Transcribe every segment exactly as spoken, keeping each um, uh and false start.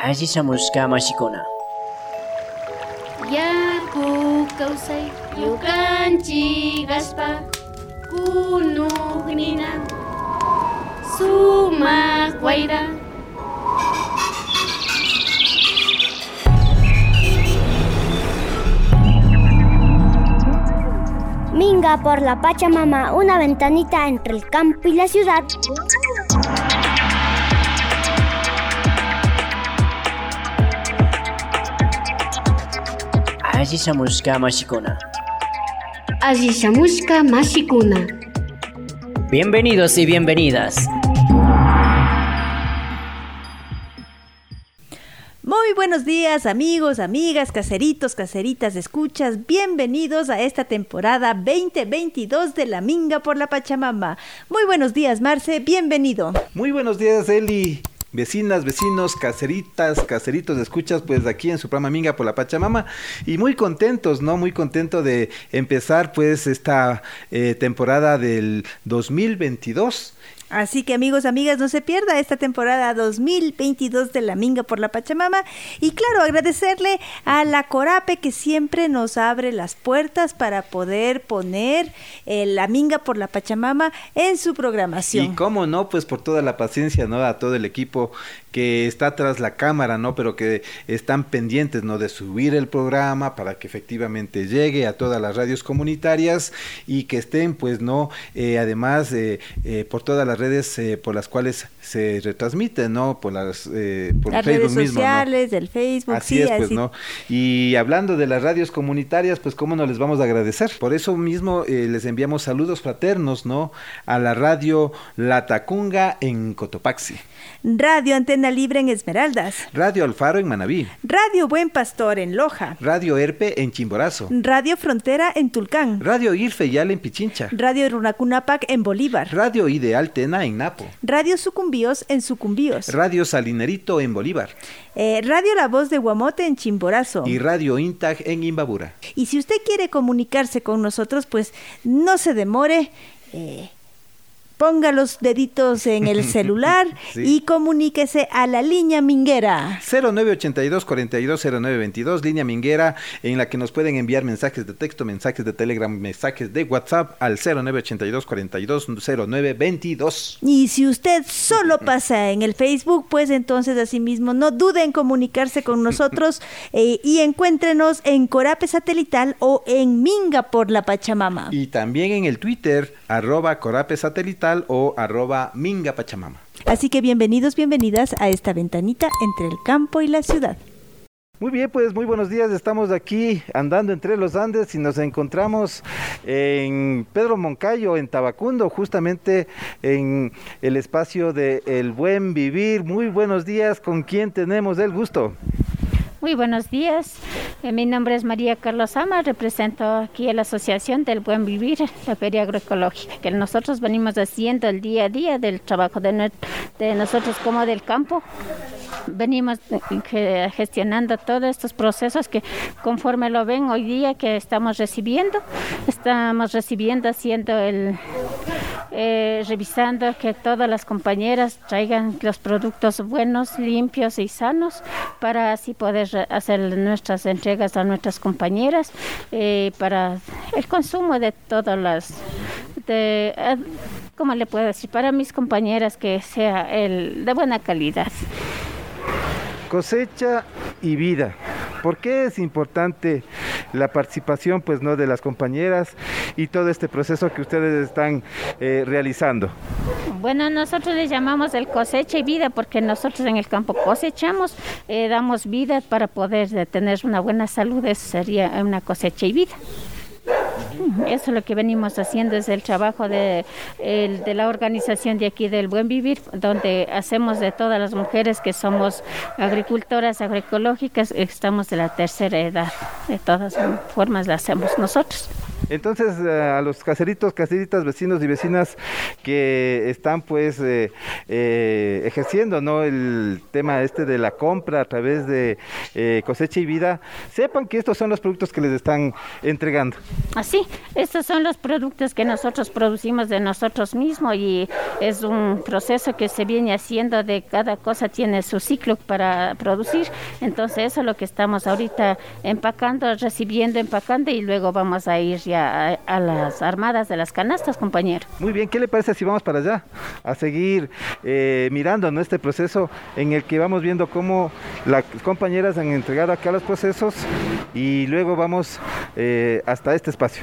Asishamushka mashikuna. Yaku kawsay yukanchik aspa kunugnina sumaq wayra. Minga por la Pachamama, una ventanita entre el campo y la ciudad. Asishamushka mashikuna. Asishamushka mashikuna. Bienvenidos y bienvenidas. Muy buenos días, amigos, amigas, caseritos, caseritas, escuchas. Bienvenidos a esta temporada veinte veintidós de La Minga por la Pachamama. Muy buenos días, Marce, bienvenido. Muy buenos días, Eli. Vecinas, vecinos, caseritas, caseritos, escuchas, pues aquí en su programa Minga por la Pachamama, y muy contentos, ¿no? Muy contento de empezar pues esta eh, temporada del dos mil veintidós. Así que amigos, amigas, no se pierda esta temporada dos mil veintidós de La Minga por la Pachamama. Y claro, agradecerle a la Corape que siempre nos abre las puertas para poder poner eh, La Minga por la Pachamama en su programación. Y cómo no, pues por toda la paciencia, ¿no? A todo el equipo que está tras la cámara, ¿no? Pero que están pendientes, ¿no? De subir el programa para que efectivamente llegue a todas las radios comunitarias y que estén, pues, ¿no? Eh, además, eh, eh, por todas las redes eh, por las cuales se retransmite, ¿no? Por las eh, por las Facebook redes mismo, sociales, ¿no? del Facebook, así sí, es, pues, así. ¿no? Y hablando de las radios comunitarias, pues cómo no les vamos a agradecer. Por eso mismo eh, les enviamos saludos fraternos, ¿no? A la radio La Tacunga en Cotopaxi. Radio Antena Libre en Esmeraldas. Radio Alfaro en Manabí. Radio Buen Pastor en Loja. Radio Erpe en Chimborazo. Radio Frontera en Tulcán. Radio Irfeyal en Pichincha. Radio Runacunapac en Bolívar. Radio Ideal Tena en Napo. Radio Sucumbíos en Sucumbíos. Radio Salinerito en Bolívar. Eh, Radio La Voz de Guamote en Chimborazo. Y Radio Intag en Imbabura. Y si usted quiere comunicarse con nosotros, pues no se demore. Eh, Ponga los deditos en el celular sí. Y comuníquese a la línea minguera. cero nueve ochenta y dos cuarenta y dos cero nueve veintidós, línea minguera, en la que nos pueden enviar mensajes de texto, mensajes de Telegram, mensajes de WhatsApp al cero nueve ochenta y dos cuarenta y dos cero nueve veintidós. Y si usted solo pasa en el Facebook, pues entonces asimismo no dude en comunicarse con nosotros eh, y encuéntrenos en Corape Satelital o en Minga por la Pachamama. Y también en el Twitter, arroba Corape Satelital o arroba Minga Pachamama. Así que bienvenidos, bienvenidas a esta ventanita entre el campo y la ciudad. Muy bien, pues muy buenos días, estamos aquí andando entre los Andes y nos encontramos en Pedro Moncayo, en Tabacundo, justamente en el espacio de El Buen Vivir. Muy buenos días, ¿con quién tenemos el gusto? Muy buenos días, eh, mi nombre es María Carlos Ama, represento aquí a la Asociación del Buen Vivir, la Feria Agroecológica, que nosotros venimos haciendo el día a día del trabajo de, no, de nosotros como del campo. Venimos eh, gestionando todos estos procesos que conforme lo ven hoy día que estamos recibiendo, estamos recibiendo, haciendo el... Eh, revisando que todas las compañeras traigan los productos buenos, limpios y sanos para así poder hacer nuestras entregas a nuestras compañeras eh, para el consumo de todas las, de, eh, ¿cómo le puedo decir? Para mis compañeras que sea el de buena calidad. Cosecha y vida. ¿Por qué es importante la participación, pues, no, de las compañeras y todo este proceso que ustedes están eh, realizando? Bueno, nosotros le llamamos el cosecha y vida porque nosotros en el campo cosechamos, eh, damos vida para poder tener una buena salud. Eso sería una cosecha y vida. Eso es lo que venimos haciendo, es el trabajo de, el, de la organización de aquí del Buen Vivir, donde hacemos de todas las mujeres que somos agricultoras agroecológicas, estamos de la tercera edad, de todas formas la hacemos nosotros. Entonces, a los caseritos, caseritas, vecinos y vecinas que están pues eh, eh, ejerciendo, ¿no?, el tema este de la compra a través de eh, Cosecha y Vida, sepan que estos son los productos que les están entregando. Así, estos son los productos que nosotros producimos de nosotros mismos y es un proceso que se viene haciendo, de cada cosa tiene su ciclo para producir. Entonces eso es lo que estamos ahorita empacando, recibiendo, empacando, y luego vamos a ir ya a, a las armadas de las canastas, compañero. Muy bien, ¿qué le parece si vamos para allá a seguir eh, mirando, ¿no?, este proceso en el que vamos viendo cómo las compañeras han entregado acá los procesos y luego vamos eh, hasta este espacio?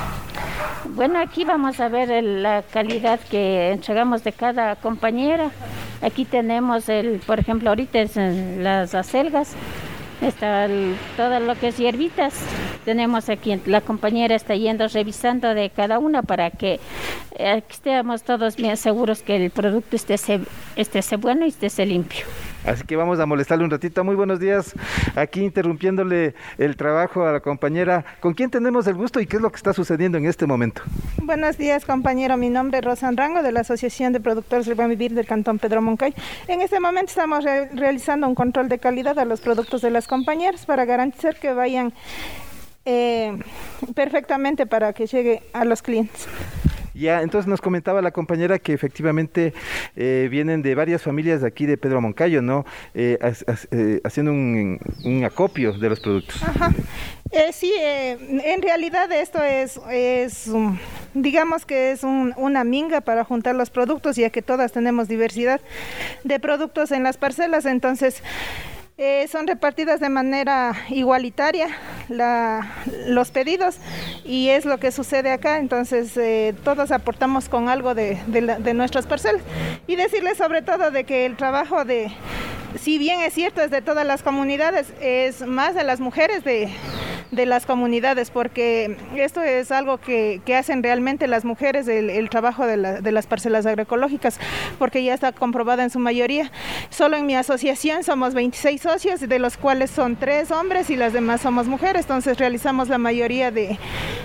Bueno, aquí vamos a ver el, la calidad que entregamos de cada compañera. Aquí tenemos, el, por ejemplo, ahorita es en las acelgas, está el, todo lo que es hierbitas. Tenemos aquí, la compañera está yendo revisando de cada una para que eh, estemos todos bien seguros que el producto esté, esté bueno y esté limpio. Así que vamos a molestarle un ratito. Muy buenos días, aquí interrumpiéndole el trabajo a la compañera. ¿Con quién tenemos el gusto y qué es lo que está sucediendo en este momento? Buenos días, compañero. Mi nombre es Rosan Rango, de la Asociación de Productores del Buen Vivir del Cantón Pedro Moncayo. En este momento estamos re realizando un control de calidad a los productos de las compañeras para garantizar que vayan eh, perfectamente para que llegue a los clientes. Ya, entonces nos comentaba la compañera que efectivamente eh, vienen de varias familias de aquí de Pedro Moncayo, ¿no? Eh, as, as, eh, haciendo un, un acopio de los productos. Ajá. Eh, sí, eh, en realidad esto es, es um, digamos que es un, una minga para juntar los productos, ya que todas tenemos diversidad de productos en las parcelas, entonces Eh, son repartidas de manera igualitaria la, los pedidos, y es lo que sucede acá. Entonces eh, todos aportamos con algo de, de, la, de nuestras parcelas, y decirles sobre todo de que el trabajo de, si bien es cierto, es de todas las comunidades, es más de las mujeres de, de las comunidades, porque esto es algo que, que hacen realmente las mujeres, el, el trabajo de, la, de las parcelas agroecológicas, porque ya está comprobada en su mayoría. Solo en mi asociación somos veintiséis socios, de los cuales son tres hombres y las demás somos mujeres, entonces realizamos la mayoría de,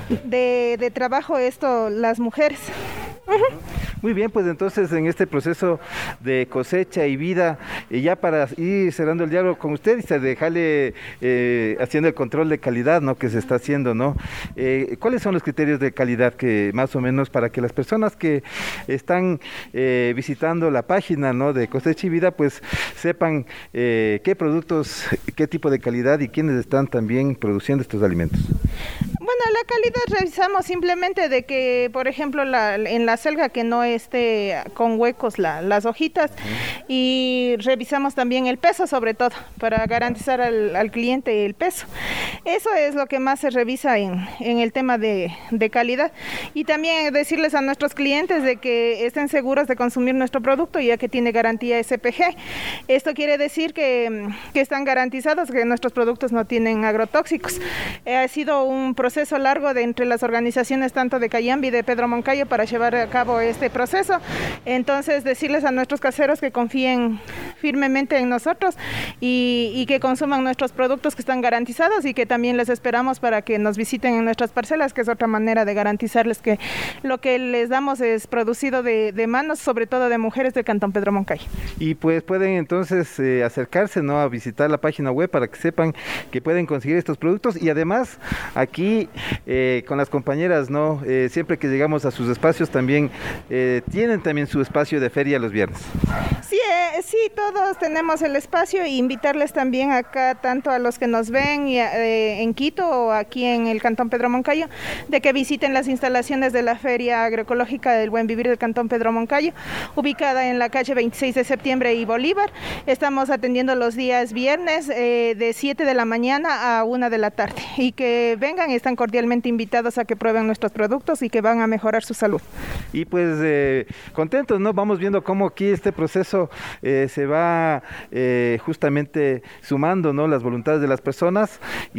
de, de trabajo esto las mujeres. Uh-huh. Muy bien, pues entonces en este proceso de Cosecha y Vida, eh, ya para ir cerrando el diálogo con usted y dejarle eh, haciendo el control de calidad, ¿no?, que se está haciendo, ¿no? Eh, ¿Cuáles son los criterios de calidad que más o menos para que las personas que están eh, visitando la página, ¿no?, de Cosecha y Vida, pues sepan eh, qué productos, qué tipo de calidad y quiénes están también produciendo estos alimentos? Bueno, la calidad revisamos simplemente de que, por ejemplo, la, en la selga que no esté con huecos la, las hojitas, uh-huh. Y revisamos también el peso, sobre todo, para garantizar al, al cliente el peso. Eso es lo que más se revisa en, en el tema de, de calidad. Y también decirles a nuestros clientes de que estén seguros de consumir nuestro producto, ya que tiene garantía S P G. Esto quiere decir que, que están garantizados, que nuestros productos no tienen agrotóxicos. Eh, ha sido un proceso largo de entre las organizaciones tanto de Cayambe y de Pedro Moncayo para llevar a cabo este proceso. Entonces, decirles a nuestros caseros que confíen firmemente en nosotros y, y que consuman nuestros productos, que están garantizados, y que también les esperamos para que nos visiten en nuestras parcelas, que es otra manera de garantizarles que lo que les damos es producido de, de manos, sobre todo de mujeres del Cantón Pedro Moncayo. Y pues pueden entonces eh, acercarse, ¿no?, a visitar la página web para que sepan que pueden conseguir estos productos, y además aquí eh, con las compañeras, ¿no?, eh, siempre que llegamos a sus espacios también eh, tienen también su espacio de feria los viernes. Sí, eh, sí, todos tenemos el espacio, e invitarles también acá, tanto a los que nos ven y a, eh, en Quito o aquí en el Cantón Pedro Moncayo, de que visiten las instalaciones de la Feria Agroecológica del Buen Vivir del Cantón Pedro Moncayo, ubicada en la calle veintiséis de septiembre y Bolívar. Estamos atendiendo los días viernes eh, de siete de la mañana a una de la tarde, y que vengan, están cordialmente invitados a que prueben nuestros productos y que van a mejorar su salud. Y pues eh, contentos, ¿no? Vamos viendo cómo aquí este proceso eh, se va eh, justamente sumando, ¿no?, las voluntades de las personas,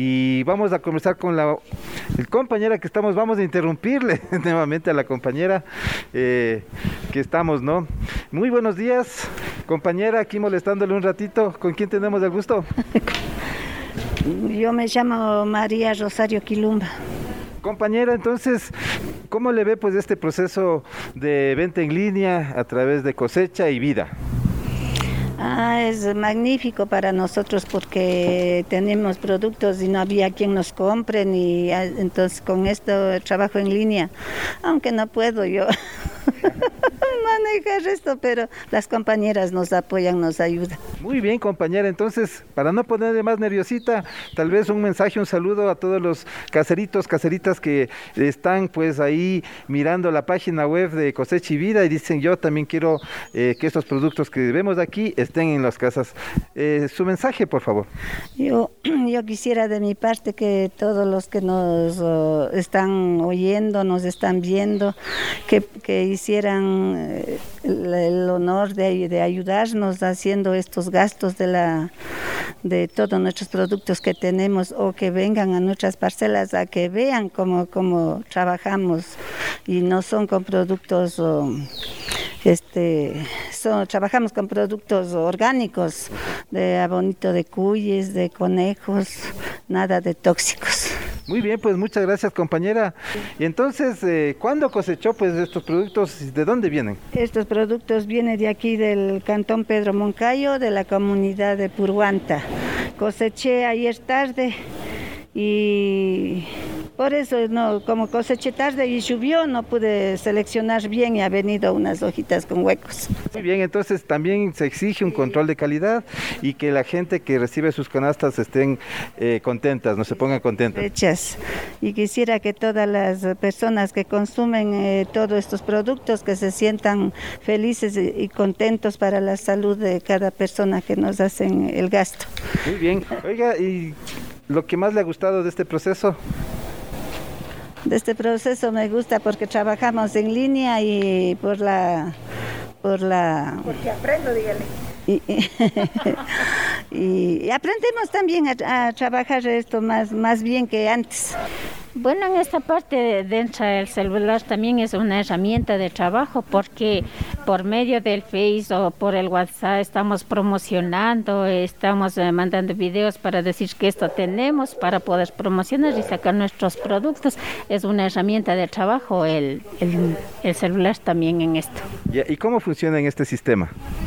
y vamos a conversar con la el compañera que estamos, vamos a interrumpirle nuevamente a la compañera eh, que estamos, ¿no? Muy buenos días, compañera, aquí molestándole un ratito. ¿Con quién tenemos el gusto? Yo me llamo María Rosario Quilumba. Compañera, entonces, ¿cómo le ve pues este proceso de venta en línea a través de Cosecha y Vida? Ah, es magnífico para nosotros porque tenemos productos y no había quien nos compre, y entonces con esto trabajo en línea, aunque no puedo yo manejar esto, pero las compañeras nos apoyan, nos ayudan. Muy bien, compañera, entonces, para no ponerle más nerviosita, tal vez un mensaje, un saludo a todos los caseritos, caseritas que están pues ahí mirando la página web de Cosecha y Vida y dicen, yo también quiero eh, que estos productos que vemos aquí estén en las casas. Eh, su mensaje, por favor. Yo, yo quisiera de mi parte que todos los que nos uh, están oyendo, nos están viendo, que, que hicieran eh, el, el honor de, de ayudarnos haciendo estos gastos de la de todos nuestros productos que tenemos, o que vengan a nuestras parcelas a que vean cómo, cómo trabajamos, y no son con productos um, este son, trabajamos con productos orgánicos, de abonito de cuyes, de conejos, nada de tóxicos. Muy bien, pues muchas gracias, compañera. Y entonces, eh, ¿cuándo cosechó pues estos productos? ¿De dónde vienen? Estos productos vienen de aquí del Cantón Pedro Moncayo, de la comunidad de Purhuanta. Coseché ayer tarde y por eso, no, como coseché tarde y llovió, no pude seleccionar bien y ha venido unas hojitas con huecos. Muy bien, entonces también se exige un control de calidad y que la gente que recibe sus canastas estén eh, contentas, no se pongan contentas. Hechas. Y quisiera que todas las personas que consumen eh, todos estos productos, que se sientan felices y, y contentos para la salud de cada persona que nos hacen el gasto. Muy bien. Oiga, ¿y lo que más le ha gustado de este proceso? De este proceso me gusta porque trabajamos en línea y por la... por la... Porque aprendo, dígale. Y, y, y aprendemos también a, a trabajar esto más, más bien que antes. Bueno, en esta parte dentro del celular también es una herramienta de trabajo, porque por medio del Face o por el WhatsApp estamos promocionando, estamos eh, mandando videos para decir que esto tenemos para poder promocionar y sacar nuestros productos. Es una herramienta de trabajo el, el, el celular también en esto. ¿Y cómo funciona en este sistema?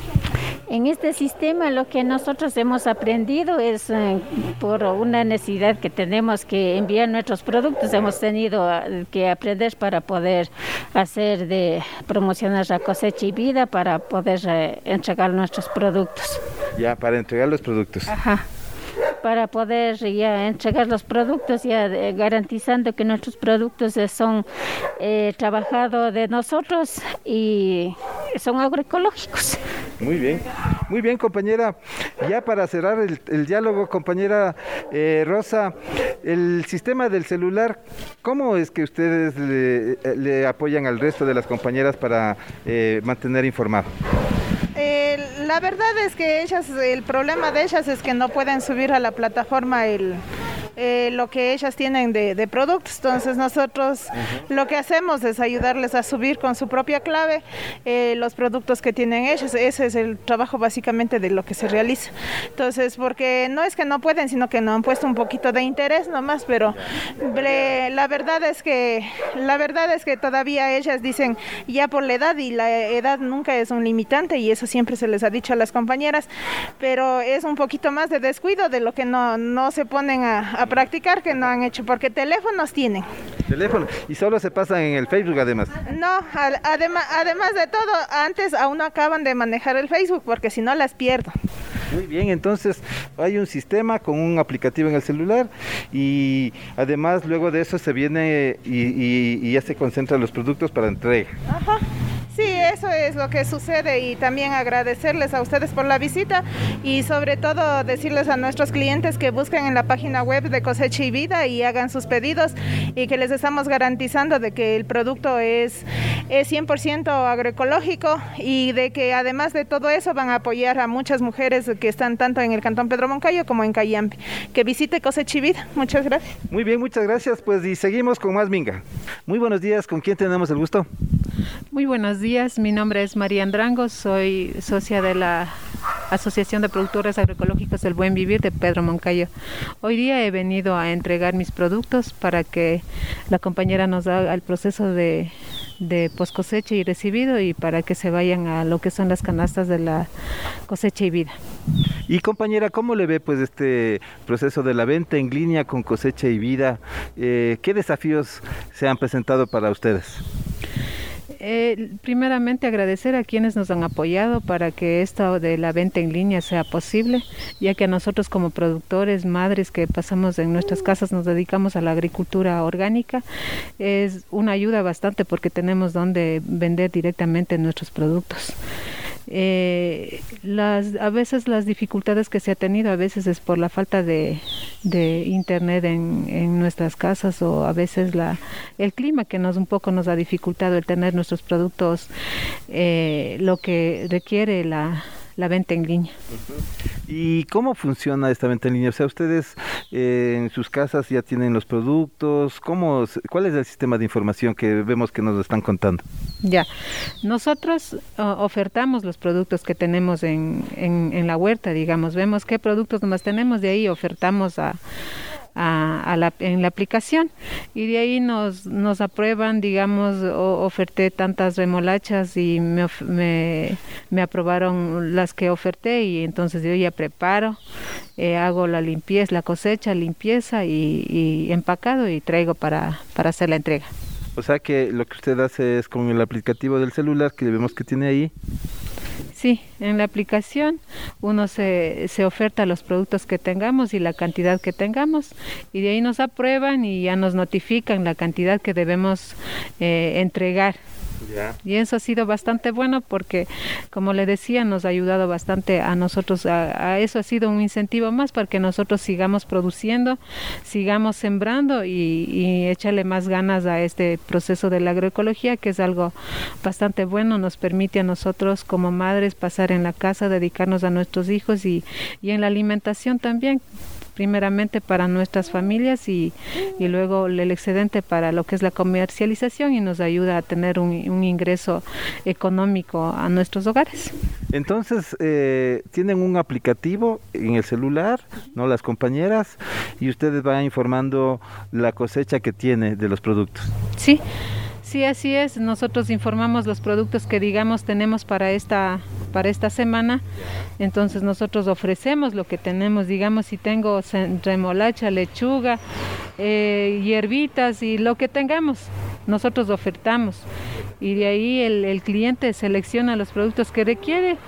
En este sistema lo que nosotros hemos aprendido es eh, por una necesidad que tenemos que enviar nuestros productos, hemos tenido uh, que aprender para poder hacer de promocionar la Cosecha y Vida, para poder eh, entregar nuestros productos. Ya, para entregar los productos. Ajá. Para poder ya entregar los productos, ya eh, garantizando que nuestros productos eh, son eh, trabajados de nosotros y son agroecológicos. Muy bien, muy bien, compañera. Ya para cerrar el, el diálogo, compañera eh, Rosa, el sistema del celular, ¿cómo es que ustedes le, le apoyan al resto de las compañeras para eh, mantener informado? Eh, la verdad es que ellas, el problema de ellas es que no pueden subir a la plataforma el, eh, lo que ellas tienen de, de productos. Entonces nosotros uh-huh. lo que hacemos es ayudarles a subir con su propia clave eh, los productos que tienen ellos. Ese es el trabajo básicamente de lo que se realiza. Entonces, porque no es que no pueden, sino que nos han puesto un poquito de interés nomás, pero le, la verdad es que la verdad es que todavía ellas dicen ya por la edad, y la edad nunca es un limitante, y eso siempre se les ha dicho a las compañeras, pero es un poquito más de descuido de lo que no, no se ponen a, a practicar, que no han hecho, porque teléfonos tienen. Teléfono, y solo se pasan en el Facebook además. No, además, además de todo, antes aún no acaban de manejar el Facebook, porque si no las pierdo. Muy bien, entonces hay un sistema con un aplicativo en el celular, y además luego de eso se viene y, y, y ya se concentran los productos para entrega. Ajá. Sí, eso es lo que sucede, y también agradecerles a ustedes por la visita, y sobre todo decirles a nuestros clientes que busquen en la página web de Cosecha y Vida y hagan sus pedidos, y que les estamos garantizando de que el producto es, es cien por ciento agroecológico, y de que además de todo eso van a apoyar a muchas mujeres que están tanto en el Cantón Pedro Moncayo como en Cayambe. Que visite Cosecha y Vida. Muchas gracias. Muy bien, muchas gracias, pues, y seguimos con más Minga. Muy buenos días, ¿con quién tenemos el gusto? Muy buenos días, mi nombre es María Andrango, soy socia de la Asociación de Productores Agroecológicos del Buen Vivir de Pedro Moncayo. Hoy día he venido a entregar mis productos para que la compañera nos haga el proceso de, de post cosecha y recibido y para que se vayan a lo que son las canastas de la cosecha y vida. Y compañera, ¿cómo le ve pues este proceso de la venta en línea con cosecha y vida? Eh, ¿Qué desafíos se han presentado para ustedes? Eh, primeramente agradecer a quienes nos han apoyado para que esto de la venta en línea sea posible, ya que a nosotros como productores, madres que pasamos en nuestras casas, nos dedicamos a la agricultura orgánica, es una ayuda bastante porque tenemos donde vender directamente nuestros productos. Eh, las, a veces las dificultades que se ha tenido a veces es por la falta de, de internet en, en nuestras casas o a veces la, el clima que nos un poco nos ha dificultado el tener nuestros productos eh, lo que requiere la, la venta en línea. ¿Y cómo funciona esta venta en línea? O sea, ustedes eh, en sus casas ya tienen los productos. ¿Cómo, ¿Cuál es el sistema de información que vemos que nos están contando? Ya, nosotros uh, ofertamos los productos que tenemos en, en, en la huerta, digamos, vemos qué productos nomás tenemos, de ahí ofertamos a... A, a la, en la aplicación y de ahí nos, nos aprueban, digamos, o, oferté tantas remolachas y me, me, me aprobaron las que oferté y entonces yo ya preparo, eh, hago la limpieza, la cosecha, limpieza y, y empacado y traigo para, para hacer la entrega. O sea que lo que usted hace es con el aplicativo del celular que vemos que tiene ahí. Sí, en la aplicación uno se, se oferta los productos que tengamos y la cantidad que tengamos y de ahí nos aprueban y ya nos notifican la cantidad que debemos eh, entregar. Yeah. Y eso ha sido bastante bueno porque, como le decía, nos ha ayudado bastante a nosotros, a, a eso ha sido un incentivo más para que nosotros sigamos produciendo, sigamos sembrando y, y echarle más ganas a este proceso de la agroecología, que es algo bastante bueno, nos permite a nosotros como madres pasar en la casa, dedicarnos a nuestros hijos y, y en la alimentación también, primeramente para nuestras familias y, y luego el excedente para lo que es la comercialización y nos ayuda a tener un, un ingreso económico a nuestros hogares. Entonces, eh, tienen un aplicativo en el celular, ¿no? Las compañeras, y ustedes van informando la cosecha que tiene de los productos. Sí. Sí, así es. Nosotros informamos los productos que digamos tenemos para esta para esta semana. Entonces nosotros ofrecemos lo que tenemos. Digamos si tengo remolacha, lechuga, eh, hierbitas y lo que tengamos, nosotros ofertamos. Y de ahí el, el cliente selecciona los productos que requiere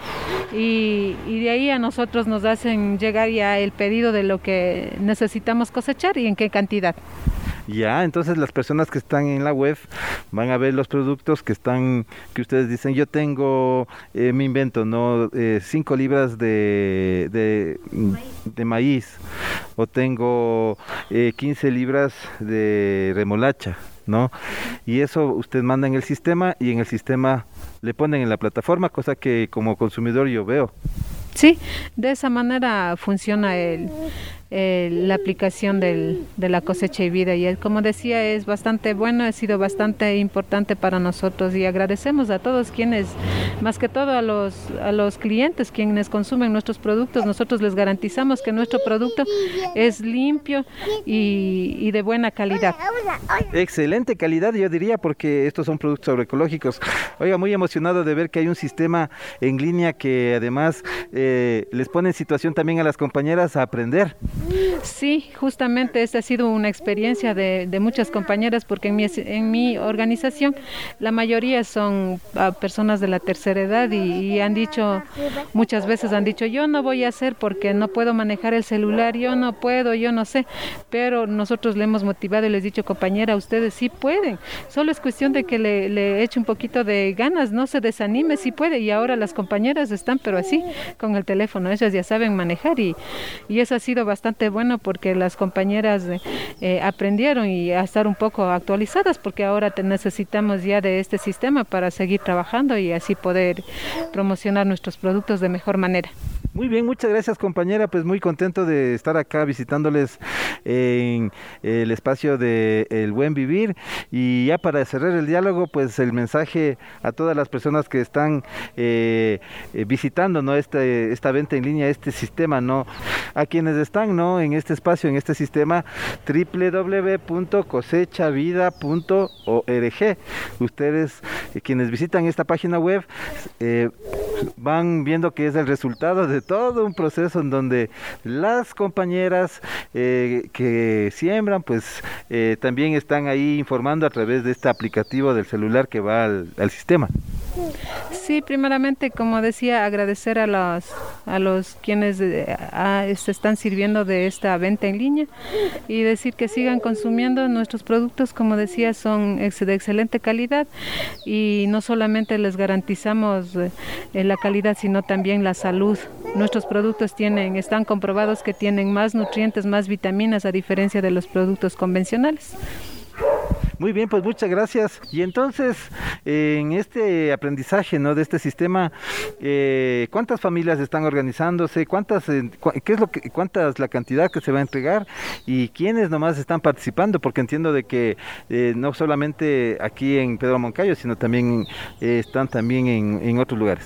y, y de ahí a nosotros nos hacen llegar ya el pedido de lo que necesitamos cosechar y en qué cantidad. Ya, entonces las personas que están en la web van a ver los productos que están, que ustedes dicen, yo tengo, eh, me invento, ¿no? Eh, cinco libras de, de, de maíz, o tengo eh, quince libras de remolacha, ¿no? Y eso usted manda en el sistema y en el sistema le ponen en la plataforma, cosa que como consumidor yo veo. Sí, de esa manera funciona el, el, la aplicación del, de la cosecha y vida y como decía es bastante bueno, ha sido bastante importante para nosotros y agradecemos a todos quienes, más que todo a los, a los clientes quienes consumen nuestros productos, nosotros les garantizamos que nuestro producto es limpio y, y de buena calidad. Excelente calidad yo diría porque estos son productos agroecológicos. Oiga, muy emocionado de ver que hay un sistema en línea que además eh, les pone en situación también a las compañeras a aprender. Sí, justamente esta ha sido una experiencia de, de muchas compañeras porque en mi, en mi organización la mayoría son uh, personas de la tercera edad y, y han dicho, muchas veces han dicho, yo no voy a hacer porque no puedo manejar el celular, yo no puedo, yo no sé, pero nosotros le hemos motivado y les he dicho, compañera, ustedes sí pueden, solo es cuestión de que le, le eche un poquito de ganas, no se desanime, sí puede, y ahora las compañeras están, pero así, con el teléfono, ellas ya saben manejar y, y eso ha sido bastante bueno porque las compañeras eh, aprendieron y a estar un poco actualizadas porque ahora te necesitamos ya de este sistema para seguir trabajando y así poder promocionar nuestros productos de mejor manera. Muy bien, muchas gracias compañera, pues muy contento de estar acá visitándoles en el espacio de El Buen Vivir, y ya para cerrar el diálogo, pues el mensaje a todas las personas que están eh, eh, visitando, ¿no? este, esta venta en línea, este sistema, ¿no? A quienes están, ¿no? En este espacio, en este sistema, doble u doble u doble u punto cosecha vida punto org. Ustedes, eh, quienes visitan esta página web, eh, van viendo que es el resultado de todo un proceso en donde las compañeras eh, que siembran, pues eh, también están ahí informando a través de este aplicativo del celular que va al, al sistema. Sí, primeramente, como decía, agradecer a los, a los quienes eh, a, se están sirviendo de esta venta en línea y decir que sigan consumiendo nuestros productos, como decía, son ex, de excelente calidad, y no solamente les garantizamos eh, la calidad, sino también la salud. Nuestros productos tienen, están comprobados que tienen más nutrientes, más vitaminas, a diferencia de los productos convencionales. Muy bien, pues muchas gracias. Y entonces, eh, en este aprendizaje, ¿no? de este sistema, eh, ¿cuántas familias están organizándose? ¿Cuántas, eh, cu qué es lo que, cuántas la cantidad que se va a entregar? ¿Y quiénes nomás están participando? Porque entiendo de que eh, no solamente aquí en Pedro Moncayo, sino también eh, están también en, en otros lugares.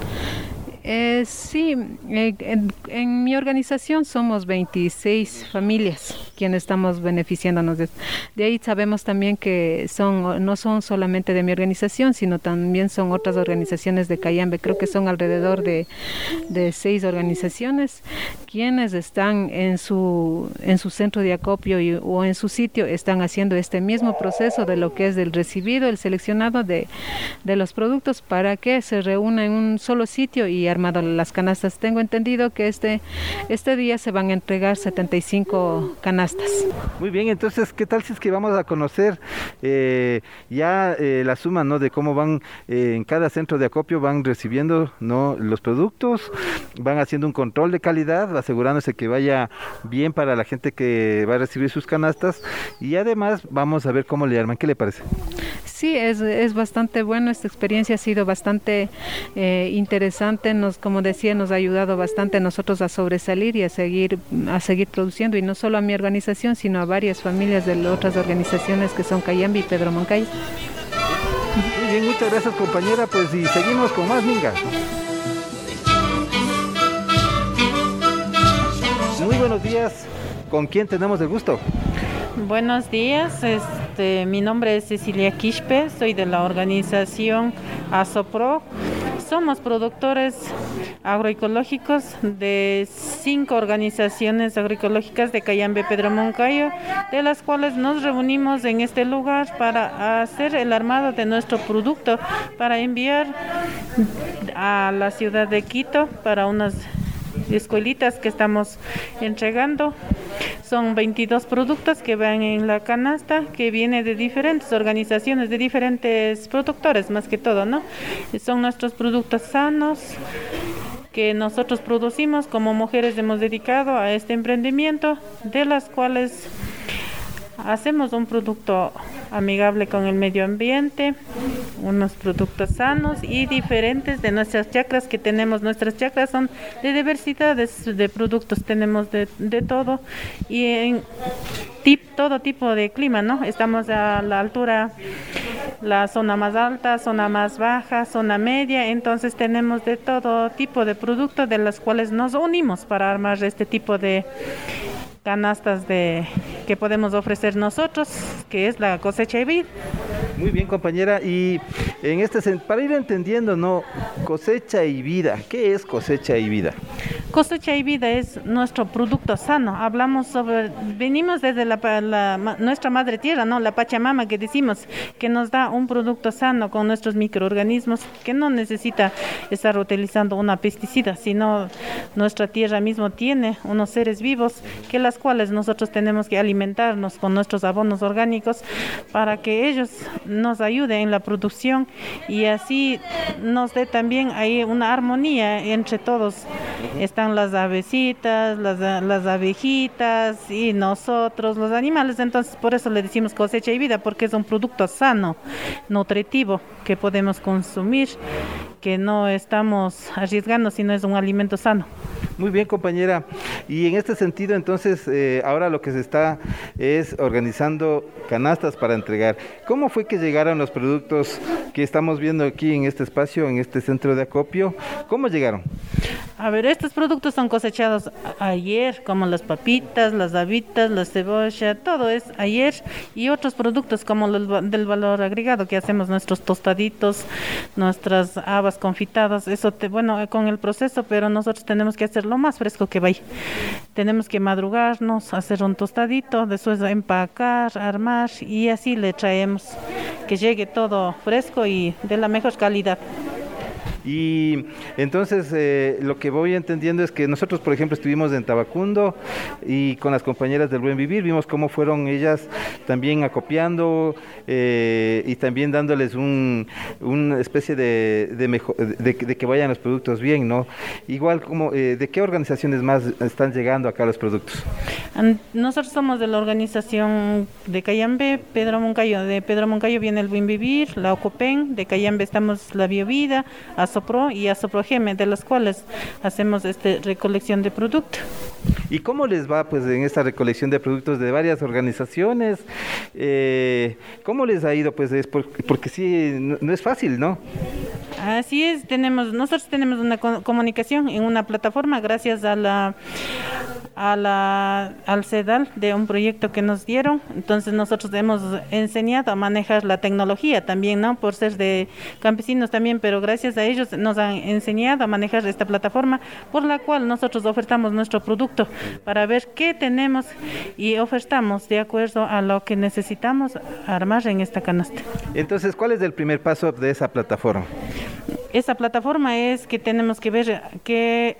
Eh, sí, eh, en, en mi organización somos veintiséis familias quienes estamos beneficiándonos de, de ahí. Sabemos también que son no son solamente de mi organización, sino también son otras organizaciones de Cayambe. Creo que son alrededor de, de seis organizaciones quienes están en su en su centro de acopio y, o en su sitio, están haciendo este mismo proceso de lo que es del recibido, el seleccionado de, de los productos, para que se reúna en un solo sitio y armado las canastas. Tengo entendido que este este día se van a entregar setenta y cinco canastas. Muy bien, entonces, ¿qué tal si es que vamos a conocer eh, ya eh, la suma, ¿no? de cómo van eh, en cada centro de acopio, van recibiendo, ¿no? los productos, van haciendo un control de calidad, asegurándose que vaya bien para la gente que va a recibir sus canastas, y además vamos a ver cómo le arman. ¿Qué le parece? Sí, es, es bastante bueno. Esta experiencia ha sido bastante eh, interesante. Nos, como decía, nos ha ayudado bastante a nosotros a sobresalir y a seguir a seguir produciendo, y no solo a mi organización, sino a varias familias de otras organizaciones que son Cayambe y Pedro Moncayo. Muy bien, muchas gracias compañera, pues y seguimos con más Minga. Muy buenos días, ¿con quién tenemos el gusto? Buenos días, este, mi nombre es Cecilia Quispe, soy de la organización ASOPRO. Somos productores agroecológicos de cinco organizaciones agroecológicas de Cayambe, Pedro Moncayo, de las cuales nos reunimos en este lugar para hacer el armado de nuestro producto, para enviar a la ciudad de Quito para unas escuelitas que estamos entregando. Son veintidós productos que van en la canasta, que viene de diferentes organizaciones, de diferentes productores más que todo, ¿no? Son nuestros productos sanos que nosotros producimos. Como mujeres hemos dedicado a este emprendimiento, de las cuales hacemos un producto amigable con el medio ambiente, unos productos sanos y diferentes de nuestras chacras que tenemos. Nuestras chacras son de diversidades de productos, tenemos de, de todo y en tip, todo tipo de clima, ¿no? Estamos a la altura, la zona más alta, zona más baja, zona media, entonces tenemos de todo tipo de productos de las cuales nos unimos para armar este tipo de canastas de que podemos ofrecer nosotros, que es la cosecha y vida. Muy bien, compañera, y en este para ir entendiendo, ¿no? Cosecha y vida, ¿qué es cosecha y vida? Cosecha y vida es nuestro producto sano. Hablamos sobre, venimos desde la, la, nuestra madre tierra, ¿no? La Pachamama, que decimos que nos da un producto sano con nuestros microorganismos, que no necesita estar utilizando una pesticida, sino nuestra tierra mismo tiene unos seres vivos que las cuales nosotros tenemos que alimentarnos con nuestros abonos orgánicos para que ellos nos ayuden en la producción y así nos dé también ahí una armonía entre todos. Estamos están las avecitas, las, las abejitas y nosotros, los animales. Entonces, por eso le decimos cosecha y vida, porque es un producto sano, nutritivo, que podemos consumir, que no estamos arriesgando, sino es un alimento sano. Muy bien, compañera. Y en este sentido, entonces, eh, ahora lo que se está es organizando canastas para entregar. ¿Cómo fue que llegaron los productos que estamos viendo aquí en este espacio, en este centro de acopio? ¿Cómo llegaron? A ver, estos productos son cosechados ayer, como las papitas, las habitas, la cebolla, todo es ayer, y otros productos como los del valor agregado, que hacemos nuestros tostaditos, nuestras habas confitadas, eso, te, bueno, con el proceso, pero nosotros tenemos que hacer lo más fresco que vaya. Tenemos que madrugarnos, hacer un tostadito, después empacar, armar, y así le traemos, que llegue todo fresco y de la mejor calidad. Y entonces eh, lo que voy entendiendo es que nosotros, por ejemplo, estuvimos en Tabacundo y con las compañeras del Buen Vivir, vimos cómo fueron ellas también acopiando eh, y también dándoles un, una especie de, de, mejor, de, de que vayan los productos bien, ¿no? Igual, como eh, ¿de qué organizaciones más están llegando acá los productos? Nosotros somos de la organización de Cayambe, Pedro Moncayo. De Pedro Moncayo viene el Buen Vivir, la Ocopen, de Cayambe estamos la Biovida, Asopro y Asoprogeme, de los cuales hacemos este recolección de producto. ¿Y cómo les va pues en esta recolección de productos de varias organizaciones? Eh, ¿Cómo les ha ido? Pues es porque, porque sí, no, no es fácil, ¿no? Así es, tenemos, nosotros tenemos una co- comunicación en una plataforma gracias a la a la al CEDAL de un proyecto que nos dieron. Entonces nosotros hemos enseñado a manejar la tecnología también, ¿no? Por ser de campesinos también, pero gracias a ellos nos han enseñado a manejar esta plataforma por la cual nosotros ofertamos nuestro producto para ver qué tenemos y ofertamos de acuerdo a lo que necesitamos armar en esta canasta. Entonces, ¿cuál es el primer paso de esa plataforma? Esa plataforma es que tenemos que ver que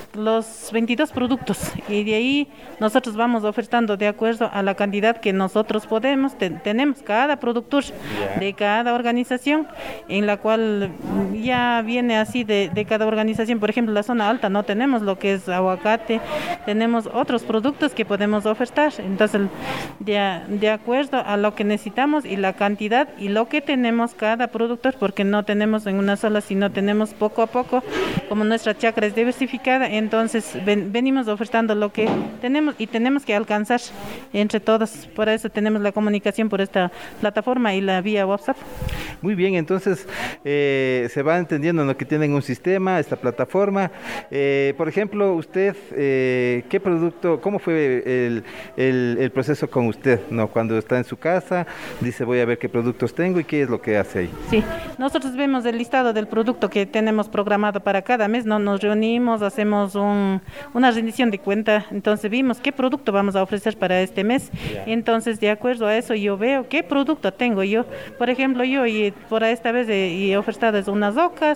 los veintidós productos y de ahí nosotros vamos ofertando de acuerdo a la cantidad que nosotros podemos, te, tenemos cada productor yeah. de cada organización, en la cual ya viene así de, de cada organización. Por ejemplo, la zona alta no tenemos lo que es aguacate, tenemos otros productos que podemos ofertar. Entonces, de, de acuerdo a lo que necesitamos y la cantidad y lo que tenemos cada productor, porque no tenemos en una sola, sino tenemos poco a poco, como nuestra chacra es diversificada, entonces ven, venimos ofertando lo que tenemos y tenemos que alcanzar entre todos. Por eso tenemos la comunicación por esta plataforma y la vía WhatsApp. Muy bien, entonces eh, se va entendiendo, ¿no?, que tienen un sistema, esta plataforma. Eh, por ejemplo, usted, eh, ¿qué producto, cómo fue el, el, el proceso con usted, ¿no? Cuando está en su casa, dice voy a ver qué productos tengo y qué es lo que hace ahí. Sí, nosotros vemos el listado del producto que tenemos programado para cada mes, ¿no? Nos reunimos, hacemos un, una rendición de cuenta, entonces vimos qué producto vamos a ofrecer para este mes, yeah. entonces de acuerdo a eso yo veo qué producto tengo yo. Por ejemplo, yo y por esta vez he, he ofertado unas ocas,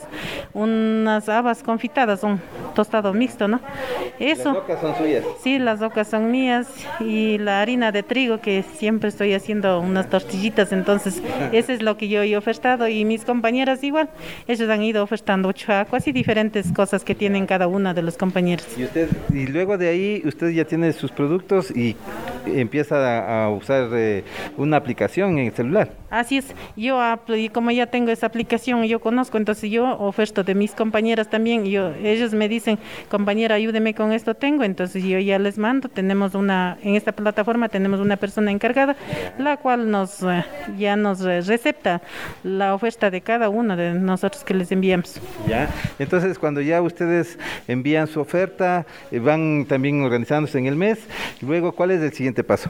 unas habas confitadas, un tostado mixto, ¿no? Eso. ¿Las ocas son suyas? Sí, las ocas son mías, y la harina de trigo, que siempre estoy haciendo unas tortillitas, entonces eso es lo que yo he ofertado, y mis compañeras igual, ellos han ido ofertando chuacuas y diferentes cosas que tienen cada una de los compañeros. Y usted, y luego de ahí usted ya tiene sus productos y empieza a, a usar eh, una aplicación en el celular. Así es, yo como ya tengo esa aplicación, yo conozco, entonces yo oferto de mis compañeras también, yo, ellos me dicen, compañera, ayúdeme con esto tengo, entonces yo ya les mando, tenemos una, en esta plataforma tenemos una persona encargada, la cual nos ya nos recepta la oferta de cada uno de nosotros que les enviamos. Ya, entonces cuando ya ustedes envían su oferta, van también organizándose en el mes, luego, ¿cuál es el siguiente paso?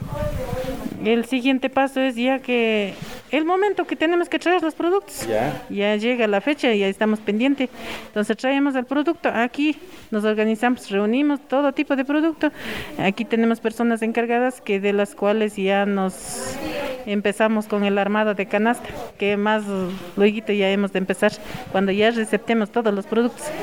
El siguiente paso es ya que el momento que tenemos que traer los productos, ya, ya llega la fecha y ya estamos pendientes, entonces traemos el producto, aquí nos organizamos, reunimos todo tipo de producto, aquí tenemos personas encargadas que de las cuales ya nos empezamos con el armado de canasta, que más luego ya hemos de empezar cuando ya receptemos todos los productos.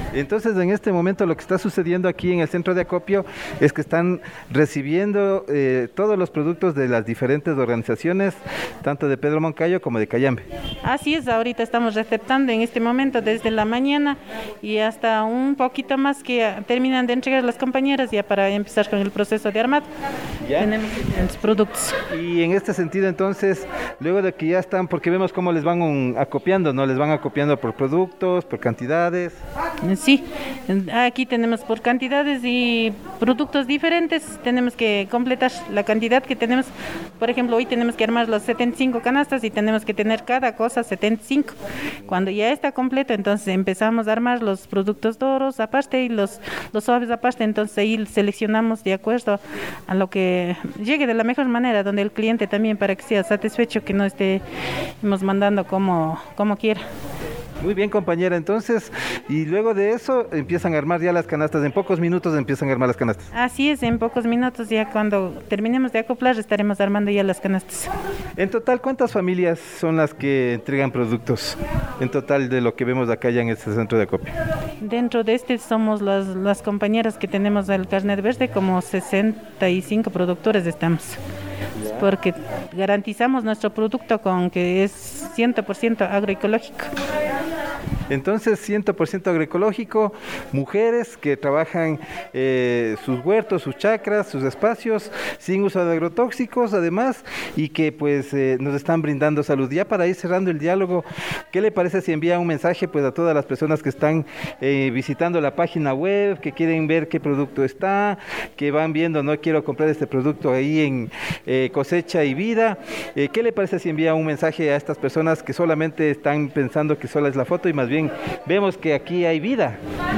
Entonces, en este momento lo que está sucediendo aquí en el centro de acopio es que están recibiendo eh, todos los productos de las diferentes organizaciones, tanto de Pedro Moncayo como de Cayambe. Así es, ahorita estamos receptando en este momento desde la mañana y hasta un poquito más que terminan de entregar las compañeras ya para empezar con el proceso de armado. ¿Ya? Tenemos diferentes productos. Y en este sentido, entonces, luego de que ya están, porque vemos cómo les van un, acopiando, ¿no? Les van acopiando por productos, por cantidades. Sí, aquí tenemos por cantidades y productos diferentes, tenemos que completar la cantidad que tenemos. Por ejemplo, hoy tenemos que armar los setenta y cinco canastas y tenemos que tener cada cosa setenta y cinco. Cuando ya está completo, entonces empezamos a armar los productos duros aparte y los, los suaves aparte, entonces ahí seleccionamos de acuerdo a lo que llegue de la mejor manera, donde el cliente también para que sea satisfecho, que no estemos mandando como, como quiera. Muy bien, compañera, entonces, y luego de eso empiezan a armar ya las canastas, en pocos minutos empiezan a armar las canastas. Así es, en pocos minutos, ya cuando terminemos de acoplar estaremos armando ya las canastas. En total, ¿cuántas familias son las que entregan productos? En total de lo que vemos acá ya en este centro de acopio. Dentro de este somos las, las compañeras que tenemos el carnet verde, como sesenta y cinco productores estamos. Porque garantizamos nuestro producto con que es cien por ciento agroecológico. Entonces, cien por ciento agroecológico, mujeres que trabajan eh, sus huertos, sus chacras, sus espacios, sin uso de agrotóxicos, además, y que pues eh, nos están brindando salud. Ya para ir cerrando el diálogo, ¿qué le parece si envía un mensaje pues a todas las personas que están eh, visitando la página web, que quieren ver qué producto está, que van viendo, no quiero comprar este producto ahí en eh, Cosecha y Vida? Eh, ¿Qué le parece si envía un mensaje a estas personas que solamente están pensando que sola es la foto y más bien vemos que aquí hay vida?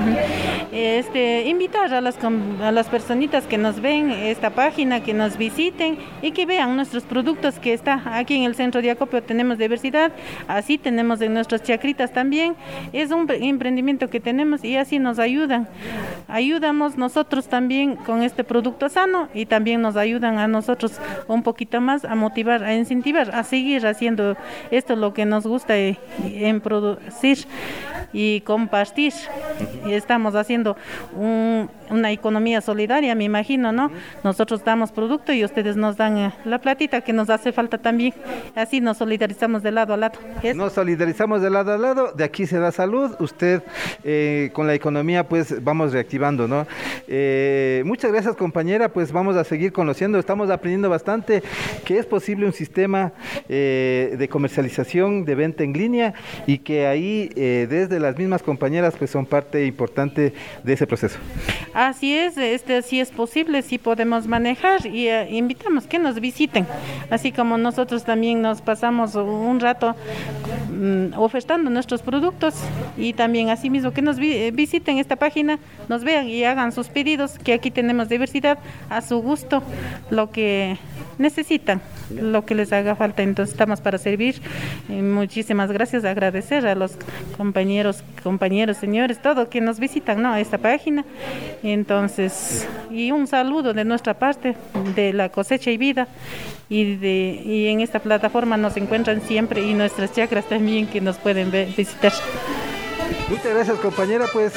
Este, invitar a las, a las personitas que nos ven esta página, que nos visiten y que vean nuestros productos que está aquí en el centro de acopio. Tenemos diversidad, así tenemos en nuestras chacritas también. Es un emprendimiento que tenemos y así nos ayudan. Ayudamos nosotros también con este producto sano y también nos ayudan a nosotros un poquito más a motivar, a incentivar, a seguir haciendo esto, lo que nos gusta en producir y compartir. Y estamos haciendo un, una economía solidaria, me imagino, ¿no? Nosotros damos producto y ustedes nos dan eh, la platita que nos hace falta también. Así nos solidarizamos de lado a lado. ¿Es? Nos solidarizamos de lado a lado, de aquí se da salud, usted eh, con la economía pues vamos reactivando, ¿no? Eh, muchas gracias, compañera, pues vamos a seguir conociendo, estamos aprendiendo bastante que es posible un sistema eh, de comercialización, de venta en línea y que ahí eh, desde las mismas compañeras pues son parte importante de ese proceso. Así es, este sí es posible, sí podemos manejar y uh, invitamos que nos visiten, así como nosotros también nos pasamos un rato um, ofertando nuestros productos y también así mismo que nos vi visiten esta página, nos vean y hagan sus pedidos, que aquí tenemos diversidad a su gusto, lo que necesitan, lo que les haga falta, entonces estamos para servir. Y muchísimas gracias, agradecer a los compañeros, compañeros, señores, todos que nos visitan, ¿no?, a esta página. Entonces, y un saludo de nuestra parte, de la Cosecha y Vida, y de y en esta plataforma nos encuentran siempre y nuestras chacras también que nos pueden ver, visitar. Muchas gracias, compañera, pues,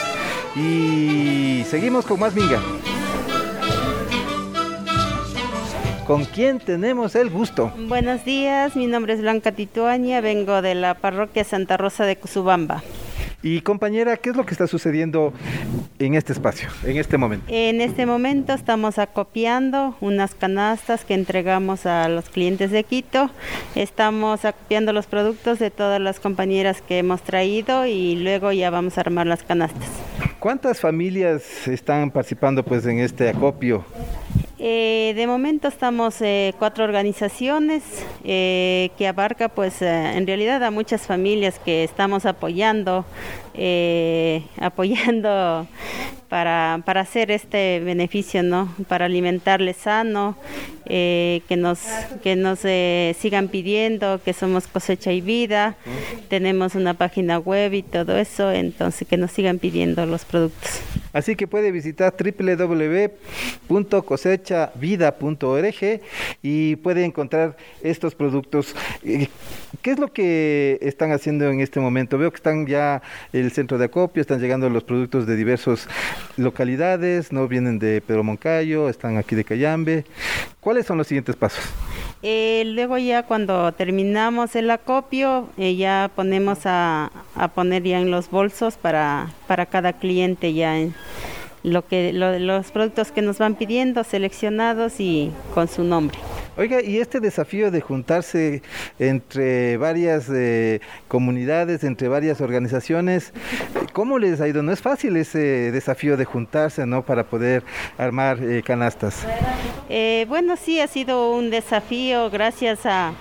y seguimos con más Minga. ¿Con quién tenemos el gusto? Buenos días, mi nombre es Blanca Tituaña, vengo de la parroquia Santa Rosa de Cuzubamba. Y compañera, ¿qué es lo que está sucediendo en este espacio, en este momento? En este momento estamos acopiando unas canastas que entregamos a los clientes de Quito. Estamos acopiando los productos de todas las compañeras que hemos traído y luego ya vamos a armar las canastas. ¿Cuántas familias están participando pues en este acopio? Eh, de momento estamos eh, cuatro organizaciones eh, que abarca pues eh, en realidad a muchas familias que estamos apoyando, eh, apoyando para, para hacer este beneficio, ¿no? Para alimentarles sano, eh, que nos, que nos eh, sigan pidiendo, que somos Cosecha y Vida, tenemos una página web y todo eso, entonces que nos sigan pidiendo los productos. Así que puede visitar doble u doble u doble u punto cosecha vida punto org y puede encontrar estos productos. ¿Qué es lo que están haciendo en este momento? Veo que están ya el centro de acopio, están llegando los productos de diversas localidades, no vienen de Pedro Moncayo, están aquí de Cayambe. ¿Cuáles son los siguientes pasos? Eh, luego ya cuando terminamos el acopio, eh, ya ponemos a, a poner ya en los bolsos para, para cada cliente ya en lo que lo, los productos que nos van pidiendo, seleccionados y con su nombre. Oiga, y este desafío de juntarse entre varias eh, comunidades, entre varias organizaciones, ¿cómo les ha ido? No es fácil ese desafío de juntarse, ¿no? Para poder armar eh, canastas. Eh, bueno, sí, ha sido un desafío gracias a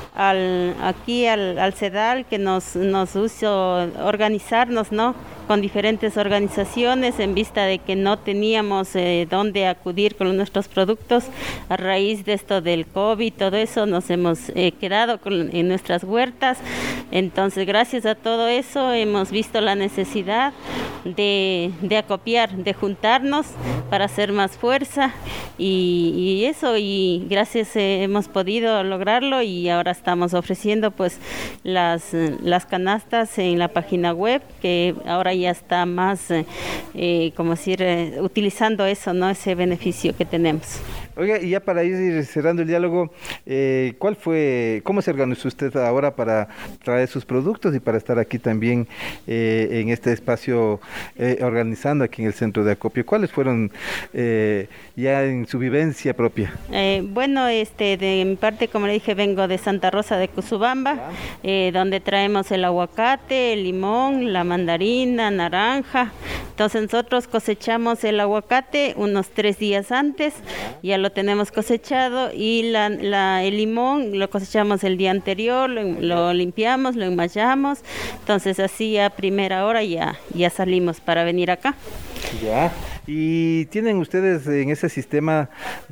al aquí al, al CEDAL que nos, nos hizo organizarnos, ¿no? Con diferentes organizaciones en vista de que no teníamos eh, dónde acudir con nuestros productos a raíz de esto del COVID, todo eso nos hemos eh, quedado con, en nuestras huertas. Entonces, gracias a todo eso hemos visto la necesidad de, de acopiar, de juntarnos para hacer más fuerza y, y eso, y gracias eh, hemos podido lograrlo y ahora estamos ofreciendo pues las, las canastas en la página web, que ahora ya está más, eh, eh, como decir, eh, utilizando eso, ¿no? Ese beneficio que tenemos. Oiga, y ya para ir cerrando el diálogo, eh, ¿cuál fue, cómo se organizó usted ahora para traer sus productos y para estar aquí también eh, en este espacio eh, organizando aquí en el centro de acopio? ¿Cuáles fueron eh, ya en su vivencia propia? Eh, bueno, este, de mi parte, como le dije, vengo de Santa Rosa de Cusubamba, eh, donde traemos el aguacate, el limón, la mandarina, naranja. Entonces nosotros cosechamos el aguacate unos tres días antes, ya lo tenemos cosechado, y la, la, el limón lo cosechamos el día anterior, lo, lo limpiamos, lo enmayamos, entonces así a primera hora ya, ya salimos para venir acá. Ya. Y tienen ustedes en ese sistema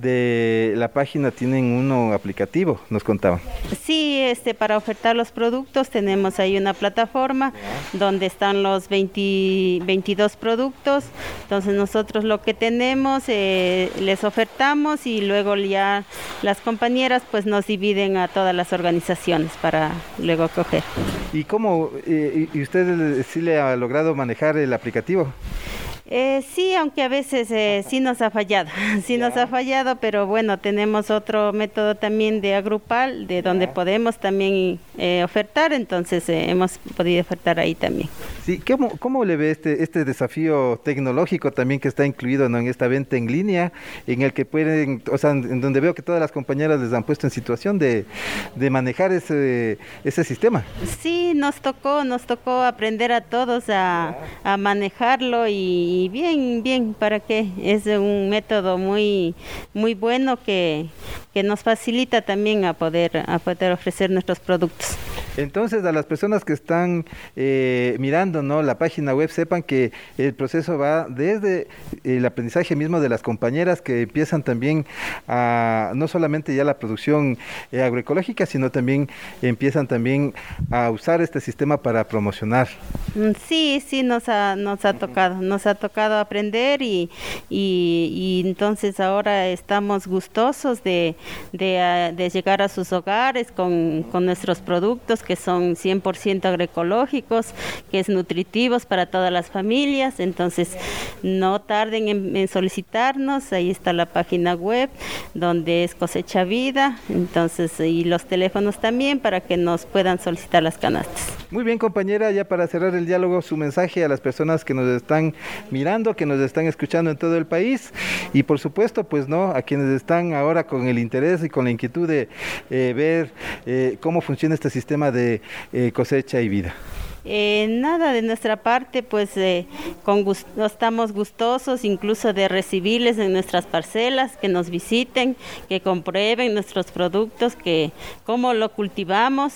de la página, tienen uno aplicativo, nos contaban. Sí, este, para ofertar los productos tenemos ahí una plataforma donde están los veinte, veintidós productos. Entonces nosotros lo que tenemos eh, les ofertamos y luego ya las compañeras pues nos dividen a todas las organizaciones para luego coger. ¿Y cómo, eh, y usted sí le ha logrado manejar el aplicativo? Eh, sí, aunque a veces eh, sí nos ha fallado, sí nos ha fallado, pero bueno, tenemos otro método también de agrupal, de donde podemos también eh, ofertar, entonces eh, hemos podido ofertar ahí también. Sí, ¿cómo, cómo le ve este este desafío tecnológico también que está incluido, ¿no?, en esta venta en línea, en el que pueden, o sea, en donde veo que todas las compañeras les han puesto en situación de, de manejar ese, ese sistema? Sí, nos tocó, nos tocó aprender a todos a, a manejarlo y Y bien, bien, ¿para qué? Es un método muy muy bueno que, que nos facilita también a poder, a poder ofrecer nuestros productos. Entonces, a las personas que están eh, mirando, ¿no?, la página web, sepan que el proceso va desde el aprendizaje mismo de las compañeras que empiezan también a, no solamente ya la producción eh, agroecológica, sino también empiezan también a usar este sistema para promocionar. Sí, sí, nos ha, nos ha tocado, nos ha tocado aprender y, y, y entonces ahora estamos gustosos de, de, de llegar a sus hogares con, con nuestros productos que son cien por ciento agroecológicos, que es nutritivos para todas las familias. Entonces no tarden en, en solicitarnos, ahí está la página web donde es Cosecha Vida, entonces, y los teléfonos también para que nos puedan solicitar las canastas. Muy bien, compañera, ya para cerrar el diálogo, su mensaje a las personas que nos están mirando, que nos están escuchando en todo el país, y por supuesto, pues no, a quienes están ahora con el interés y con la inquietud de eh, ver eh, cómo funciona este sistema de eh, cosecha y vida. Eh, nada, de nuestra parte, pues eh, con gust- estamos gustosos incluso de recibirles en nuestras parcelas, que nos visiten, que comprueben nuestros productos, que cómo lo cultivamos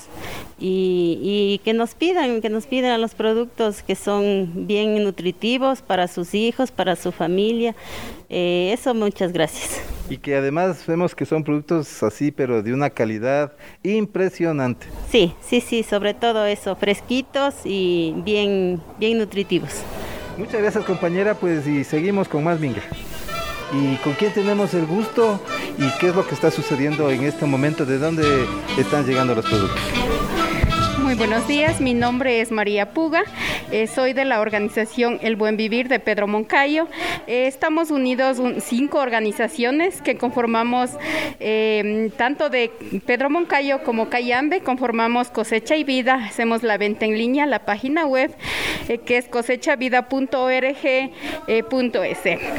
y, y que nos pidan, que nos pidan los productos que son bien nutritivos para sus hijos, para su familia. Eh, eso, muchas gracias. Y que además vemos que son productos así, pero de una calidad impresionante. Sí, sí, sí, sobre todo eso, fresquitos y bien, bien nutritivos. Muchas gracias, compañera, pues y seguimos con más Minga. ¿Y con quién tenemos el gusto? ¿Y qué es lo que está sucediendo en este momento? ¿De dónde están llegando los productos? Muy buenos días, mi nombre es María Puga, eh, soy de la organización El Buen Vivir de Pedro Moncayo. Eh, estamos unidos un, cinco organizaciones que conformamos, eh, tanto de Pedro Moncayo como Cayambe, conformamos Cosecha y Vida, hacemos la venta en línea, la página web, eh, que es cosecha vida punto org punto es.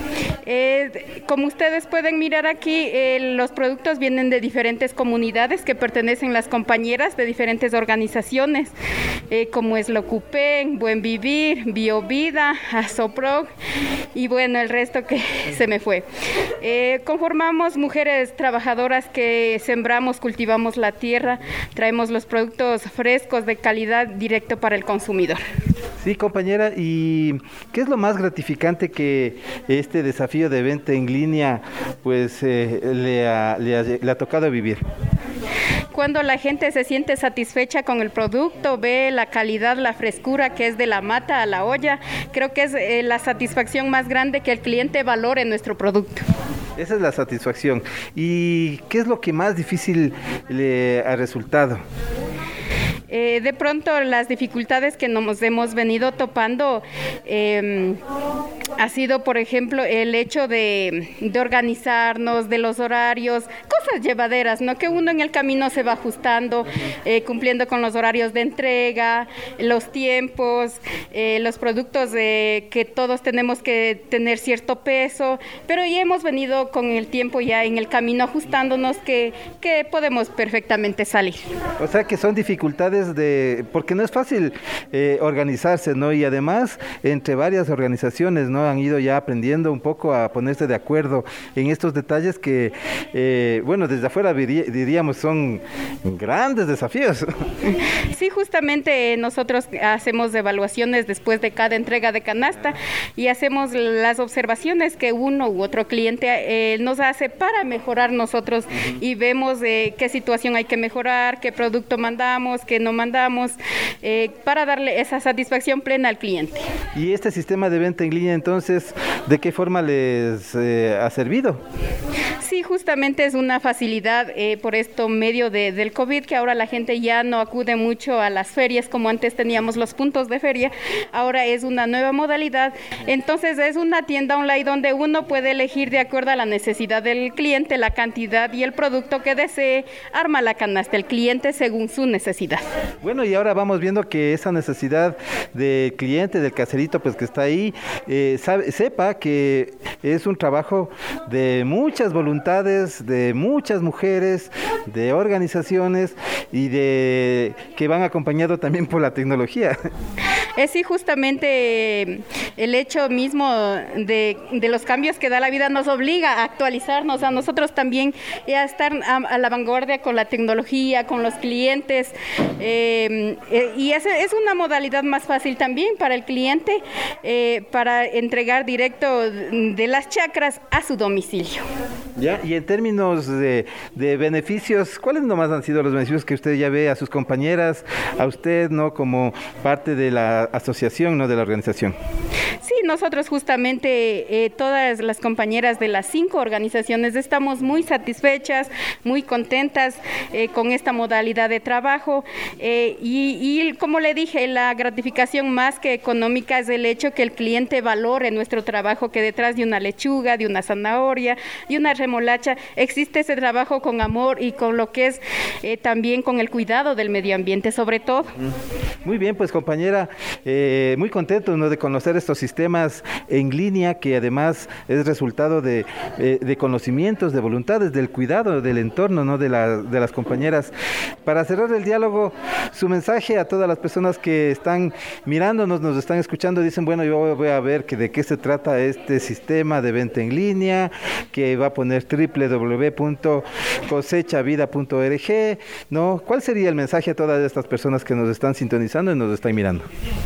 Eh, como ustedes pueden mirar aquí, eh, los productos vienen de diferentes comunidades que pertenecen las compañeras de diferentes organizaciones, eh, como es Locupen, Buen Vivir, Biovida, Asoprog y bueno, el resto que se me fue. Eh, conformamos mujeres trabajadoras que sembramos, cultivamos la tierra, traemos los productos frescos de calidad directo para el consumidor. Sí, compañera, ¿y qué es lo más gratificante que este desafío de venta en línea pues eh, le, ha, le, ha, le ha tocado vivir? Cuando la gente se siente satisfecha con el producto, ve la calidad, la frescura que es de la mata a la olla, creo que es eh, la satisfacción más grande, que el cliente valore nuestro producto. Esa es la satisfacción. ¿Y qué es lo que más difícil le ha resultado? Eh, de pronto las dificultades que nos hemos venido topando eh, ha sido, por ejemplo, el hecho de, de organizarnos, de los horarios, cosas llevaderas, ¿no? Que uno en el camino se va ajustando, eh, cumpliendo con los horarios de entrega, los tiempos, eh, los productos eh, que todos tenemos que tener cierto peso, pero ya hemos venido con el tiempo ya en el camino ajustándonos que, que podemos perfectamente salir. O sea que son dificultades de, porque no es fácil eh, organizarse, ¿no? Y además entre varias organizaciones, ¿no? Han ido ya aprendiendo un poco a ponerse de acuerdo en estos detalles que, eh, bueno, desde afuera diríamos son grandes desafíos. Sí, justamente nosotros hacemos evaluaciones después de cada entrega de canasta y hacemos las observaciones que uno u otro cliente eh, nos hace para mejorar nosotros y vemos eh, qué situación hay que mejorar, qué producto mandamos, qué no mandamos, eh, para darle esa satisfacción plena al cliente. ¿Y este sistema de venta en línea entonces, de qué forma les eh, ha servido? Sí, justamente es una facilidad eh, por esto medio de, del COVID, que ahora la gente ya no acude mucho a las ferias como antes teníamos los puntos de feria, ahora es una nueva modalidad, entonces es una tienda online donde uno puede elegir de acuerdo a la necesidad del cliente, la cantidad y el producto que desee, arma la canasta el cliente según su necesidad. Bueno, y ahora vamos viendo que esa necesidad del cliente, del caserito, pues que está ahí, eh, sabe, sepa que es un trabajo de muchas voluntades, de muchas mujeres, de organizaciones y de que van acompañado también por la tecnología. Es sí, justamente el hecho mismo de, de los cambios que da la vida nos obliga a actualizarnos a nosotros también y a estar a, a la vanguardia con la tecnología, con los clientes, eh, eh, y es, es una modalidad más fácil también para el cliente eh, para entregar directo de las chacras a su domicilio. Ya, y en términos de, de beneficios, ¿cuáles nomás han sido los beneficios que usted ya ve a sus compañeras, a usted, ¿no? Como parte de la asociación, ¿no? De la organización. Sí, nosotros justamente eh, todas las compañeras de las cinco organizaciones estamos muy satisfechas, muy contentas eh, con esta modalidad de trabajo eh, y, y como le dije, la gratificación más que económica es el hecho que el cliente valore nuestro trabajo, que detrás de una lechuga, de una zanahoria, de una remolacha, existe ese trabajo con amor y con lo que es eh, también con el cuidado del medio ambiente sobre todo. Muy bien, pues compañera, eh, muy contentos, ¿no? De conocer estos sistemas en línea que además es resultado de, eh, de conocimientos, de voluntades, del cuidado del entorno, ¿no? De, la, de las compañeras. Para cerrar el diálogo, su mensaje a todas las personas que están mirándonos, nos están escuchando, dicen, bueno, yo voy a ver que de qué se trata este sistema de venta en línea, que va a poner doble u doble u doble u punto cosecha vida punto org, ¿no? ¿Cuál sería el mensaje a todas estas personas que nos están sintonizando y nos están mirando? Sí,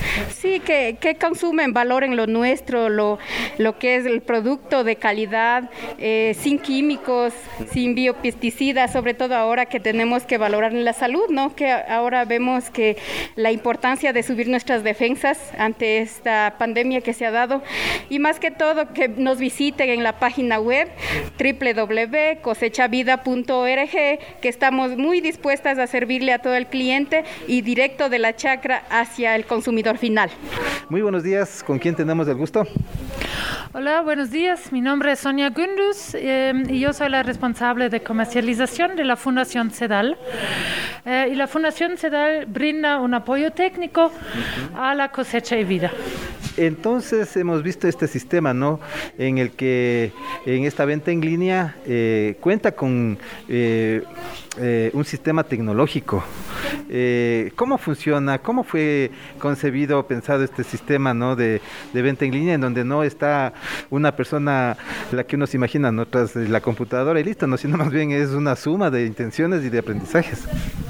Sí, que, que consumen, valoren lo nuestro, lo, lo que es el producto de calidad, eh, sin químicos, sin biopesticidas, sobre todo ahora que tenemos que valorar la salud, ¿no? Que ahora vemos que la importancia de subir nuestras defensas ante esta pandemia que se ha dado, y más que todo que nos visiten en la página web doble u doble u doble u punto cosecha vida punto org, que estamos muy dispuestas a servirle a todo el cliente y directo de la chacra hacia el consumidor final. Muy buenos días, ¿con quién tenemos el gusto? Hola, buenos días. Mi nombre es Sonia Gündüz eh, y yo soy la responsable de comercialización de la Fundación CEDAL. Eh, y la Fundación CEDAL brinda un apoyo técnico uh-huh. a la cosecha y vida. Entonces hemos visto este sistema, ¿no? En el que en esta venta en línea eh, cuenta con eh, eh, un sistema tecnológico. Eh, ¿Cómo funciona? ¿Cómo fue concebido, pensado este sistema, ¿no? de, de venta en línea, en donde no está una persona, la que uno se imagina, ¿no? Tras la computadora y listo, ¿no? Sino más bien es una suma de intenciones y de aprendizajes.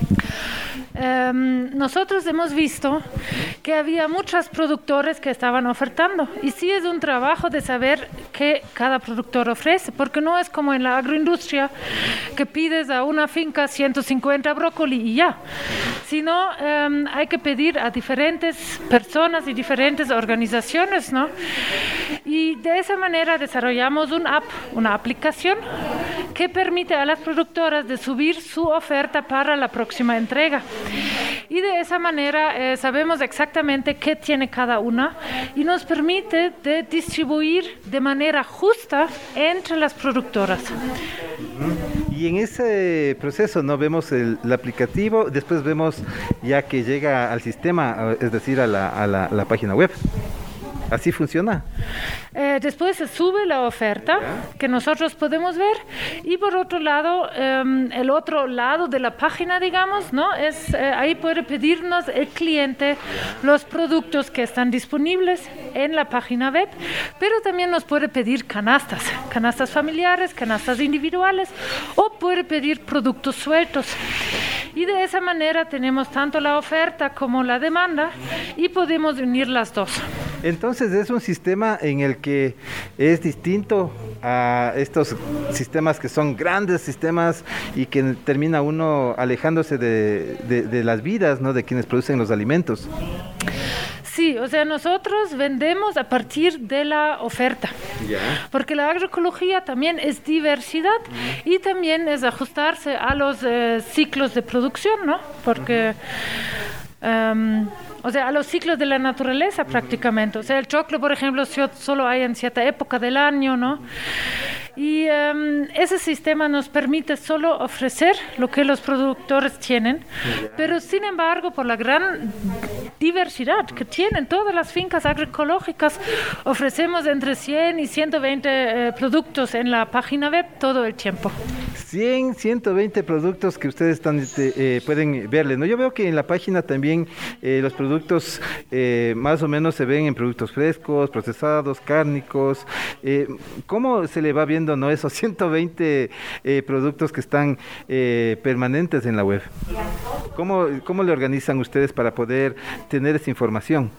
Um, nosotros hemos visto que había muchos productores que estaban ofertando, y sí es un trabajo de saber qué cada productor ofrece, porque no es como en la agroindustria que pides a una finca ciento cincuenta brócoli y ya, sino um, hay que pedir a diferentes personas y diferentes organizaciones, ¿no? Y de esa manera desarrollamos un app, una aplicación que permite a las productoras de subir su oferta para la próxima entrega. Y de esa manera eh, sabemos exactamente qué tiene cada una y nos permite de distribuir de manera justa entre las productoras. Y en ese proceso no vemos el, el aplicativo, después vemos ya que llega al sistema, es decir, a la, a la, a la página web. ¿Así funciona? Eh, después se sube la oferta que nosotros podemos ver, y por otro lado, eh, el otro lado de la página, digamos, ¿no? Es, eh, ahí puede pedirnos el cliente los productos que están disponibles en la página web, pero también nos puede pedir canastas, canastas familiares, canastas individuales, o puede pedir productos sueltos. Y de esa manera tenemos tanto la oferta como la demanda y podemos unir las dos. Entonces es un sistema en el que es distinto a estos sistemas que son grandes sistemas y que termina uno alejándose de, de, de las vidas, ¿no? De quienes producen los alimentos. Sí, o sea, nosotros vendemos a partir de la oferta, yeah. porque la agroecología también es diversidad uh-huh. y también es ajustarse a los eh, ciclos de producción, ¿no? Porque... Um, O sea, a los ciclos de la naturaleza prácticamente. O sea, el choclo, por ejemplo, solo hay en cierta época del año, ¿no? Y um, ese sistema nos permite solo ofrecer lo que los productores tienen, pero sin embargo, por la gran diversidad que tienen todas las fincas agroecológicas, ofrecemos entre cien y ciento veinte eh, productos en la página web todo el tiempo. cien, ciento veinte productos que ustedes están, eh, pueden verle, ¿no? Yo veo que en la página también eh, los productos eh, más o menos se ven en productos frescos, procesados, cárnicos. Eh, ¿Cómo se le va viendo, no, esos ciento veinte eh, productos que están eh, permanentes en la web? ¿Cómo, ¿Cómo le organizan ustedes para poder tener esa información?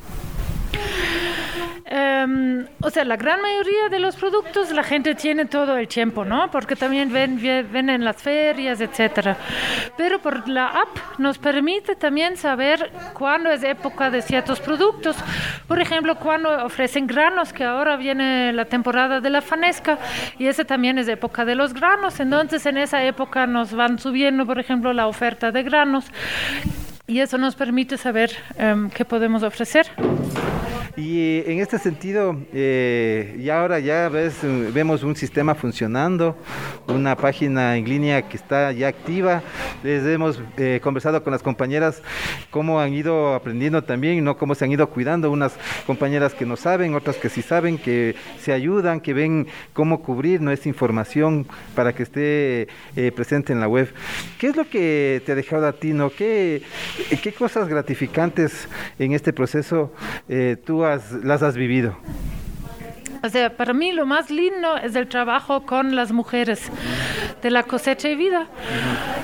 Um, o sea, la gran mayoría de los productos la gente tiene todo el tiempo, ¿no? Porque también ven, ven en las ferias, etcétera. Pero por la app nos permite también saber cuándo es época de ciertos productos. Por ejemplo, cuando ofrecen granos, que ahora viene la temporada de la fanesca y esa también es época de los granos. Entonces, en esa época nos van subiendo, por ejemplo, la oferta de granos y eso nos permite saber um, qué podemos ofrecer. Y en este sentido, eh, y ahora ya ves, vemos un sistema funcionando, una página en línea que está ya activa. Les hemos eh, conversado con las compañeras cómo han ido aprendiendo también, ¿no? Cómo se han ido cuidando, unas compañeras que no saben, otras que sí saben, que se ayudan, que ven cómo cubrir, ¿no?, esa información para que esté eh, presente en la web. ¿Qué es lo que te ha dejado a ti, ¿no? ¿Qué, qué cosas gratificantes en este proceso eh, tú has, las has vivido? O sea, para mí lo más lindo es el trabajo con las mujeres de la cosecha y vida.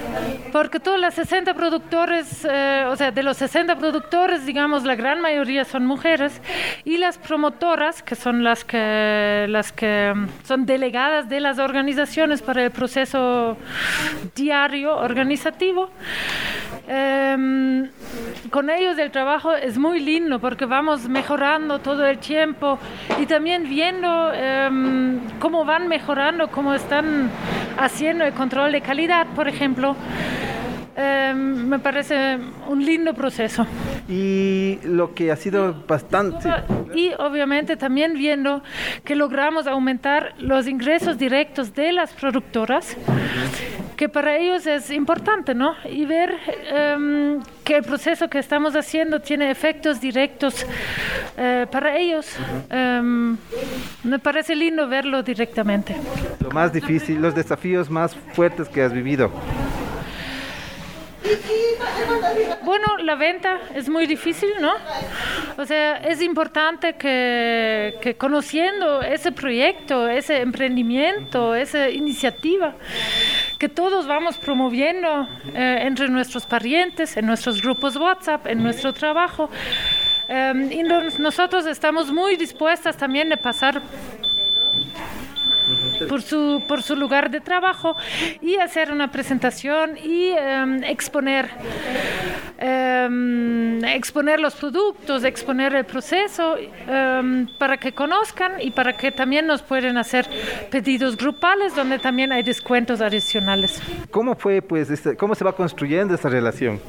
porque todos los sesenta productores, eh, o sea, de los sesenta productores, digamos, la gran mayoría son mujeres, y las promotoras, que son las que, las que son delegadas de las organizaciones para el proceso diario organizativo, eh, con ellos el trabajo es muy lindo porque vamos mejorando todo el tiempo y también viendo eh, cómo van mejorando, cómo están haciendo el control de calidad, por ejemplo. Eh, me parece un lindo proceso. Y lo que ha sido bastante... Y obviamente también viendo que logramos aumentar los ingresos directos de las productoras, que para ellos es importante, ¿no? Y ver um, que el proceso que estamos haciendo tiene efectos directos uh, para ellos. Um, me parece lindo verlo directamente. Lo más difícil, los desafíos más fuertes que has vivido. Bueno, la venta es muy difícil, ¿no? O sea, es importante que, que conociendo ese proyecto, ese emprendimiento, esa iniciativa, que todos vamos promoviendo eh, entre nuestros parientes, en nuestros grupos WhatsApp, en nuestro trabajo. Eh, y nos, nosotros estamos muy dispuestas también de pasar por su, por su lugar de trabajo y hacer una presentación y um, exponer, um, exponer los productos, exponer el proceso um, para que conozcan y para que también nos pueden hacer pedidos grupales donde también hay descuentos adicionales. ¿Cómo fue, pues, este, cómo se va construyendo esta relación?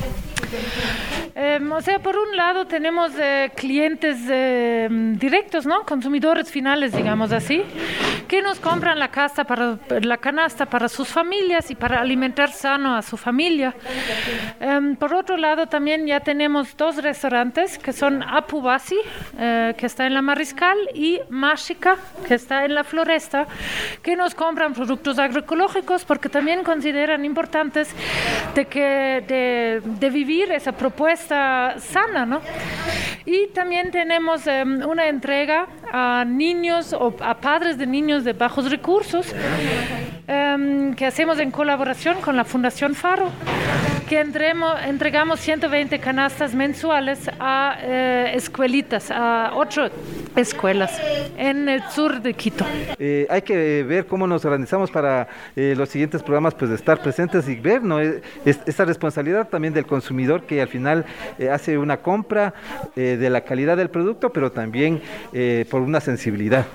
Eh, o sea, por un lado tenemos eh, clientes eh, directos, ¿no? Consumidores finales, digamos así, que nos compran la canasta para la canasta para sus familias y para alimentar sano a su familia. Eh, por otro lado, también ya tenemos dos restaurantes que son Apubasi, eh, que está en la Mariscal, y Mágica, que está en la Floresta, que nos compran productos agroecológicos porque también consideran importantes de que de, de vivir esa propuesta sana, ¿no? Y también tenemos eh, una entrega a niños o a padres de niños de bajos recursos eh, que hacemos en colaboración con la Fundación Faro, que entremo, entregamos ciento veinte canastas mensuales a eh, escuelitas, a ocho escuelas en el sur de Quito. Eh, hay que ver cómo nos organizamos para eh, los siguientes programas, pues de estar presentes y ver, ¿no? Es, esta responsabilidad también del consumidor que al final eh, hace una compra eh, de la calidad del producto, pero también eh, por una sensibilidad.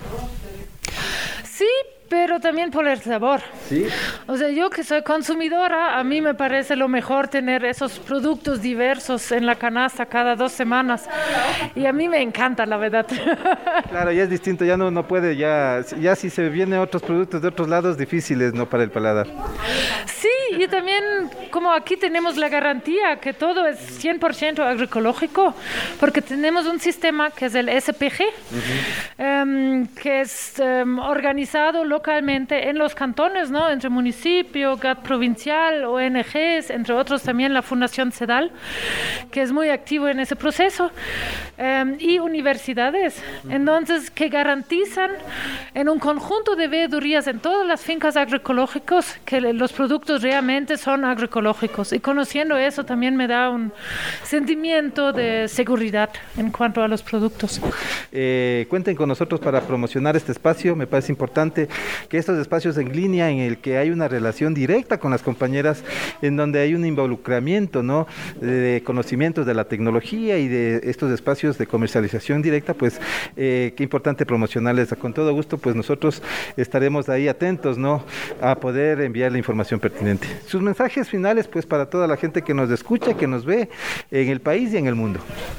Sí, pero también por el sabor. ¿Sí? O sea, yo que soy consumidora, a mí me parece lo mejor tener esos productos diversos en la canasta cada dos semanas. Y a mí me encanta, la verdad. Claro, ya es distinto, ya no, no puede, ya, ya si se vienen otros productos de otros lados difíciles, ¿no? Para el paladar. Sí, y también como aquí tenemos la garantía que todo es cien por ciento agroecológico, porque tenemos un sistema que es el S P G, uh-huh. um, que es um, organizado localmente en los cantones, ¿no? Entre municipio, G A T provincial, O N Ges, entre otros también la Fundación CEDAL, que es muy activo en ese proceso, um, y universidades, entonces que garantizan en un conjunto de veedurías en todas las fincas agroecológicas que los productos realmente son agroecológicos, y conociendo eso también me da un sentimiento de seguridad en cuanto a los productos. Eh, cuenten con nosotros para promocionar este espacio. Me parece importante que estos espacios en línea en el que hay una relación directa con las compañeras, en donde hay un involucramiento, ¿no? de conocimientos de la tecnología y de estos espacios de comercialización directa, pues eh, qué importante promocionarles. Con todo gusto, pues nosotros estaremos ahí atentos, ¿no? a poder enviar la información pertinente. Sus mensajes finales, pues, para toda la gente que nos escucha, que nos ve en el país y en el mundo.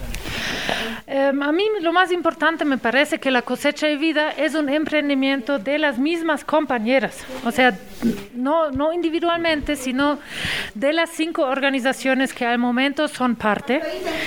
Um, a mí lo más importante me parece que la cosecha de vida es un emprendimiento de las mismas compañeras, o sea, no, no individualmente, sino de las cinco organizaciones que al momento son parte.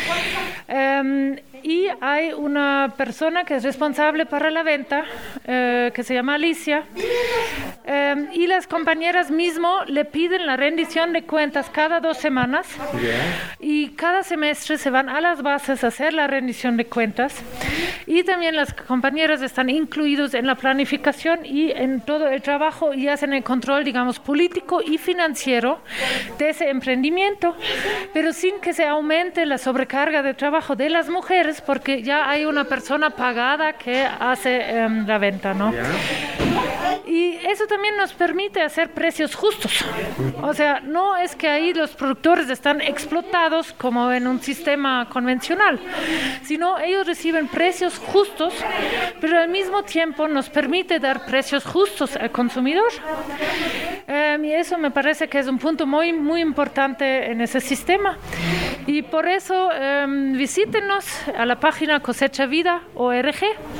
Um, y hay una persona que es responsable para la venta, eh, que se llama Alicia, Eh, y las compañeras mismo le piden la rendición de cuentas cada dos semanas yeah. y cada semestre se van a las bases a hacer la rendición de cuentas, y también las compañeras están incluidos en la planificación y en todo el trabajo y hacen el control, digamos, político y financiero de ese emprendimiento, pero sin que se aumente la sobrecarga de trabajo de las mujeres, porque ya hay una persona pagada que hace um, la venta, ¿no? Yeah. Y eso también nos permite hacer precios justos. O sea, no es que ahí los productores están explotados como en un sistema convencional, sino ellos reciben precios justos, pero al mismo tiempo nos permite dar precios justos al consumidor. Eh, y eso me parece que es un punto muy, muy importante en ese sistema. Y por eso eh, visítenos a la página Cosecha Vida punto org.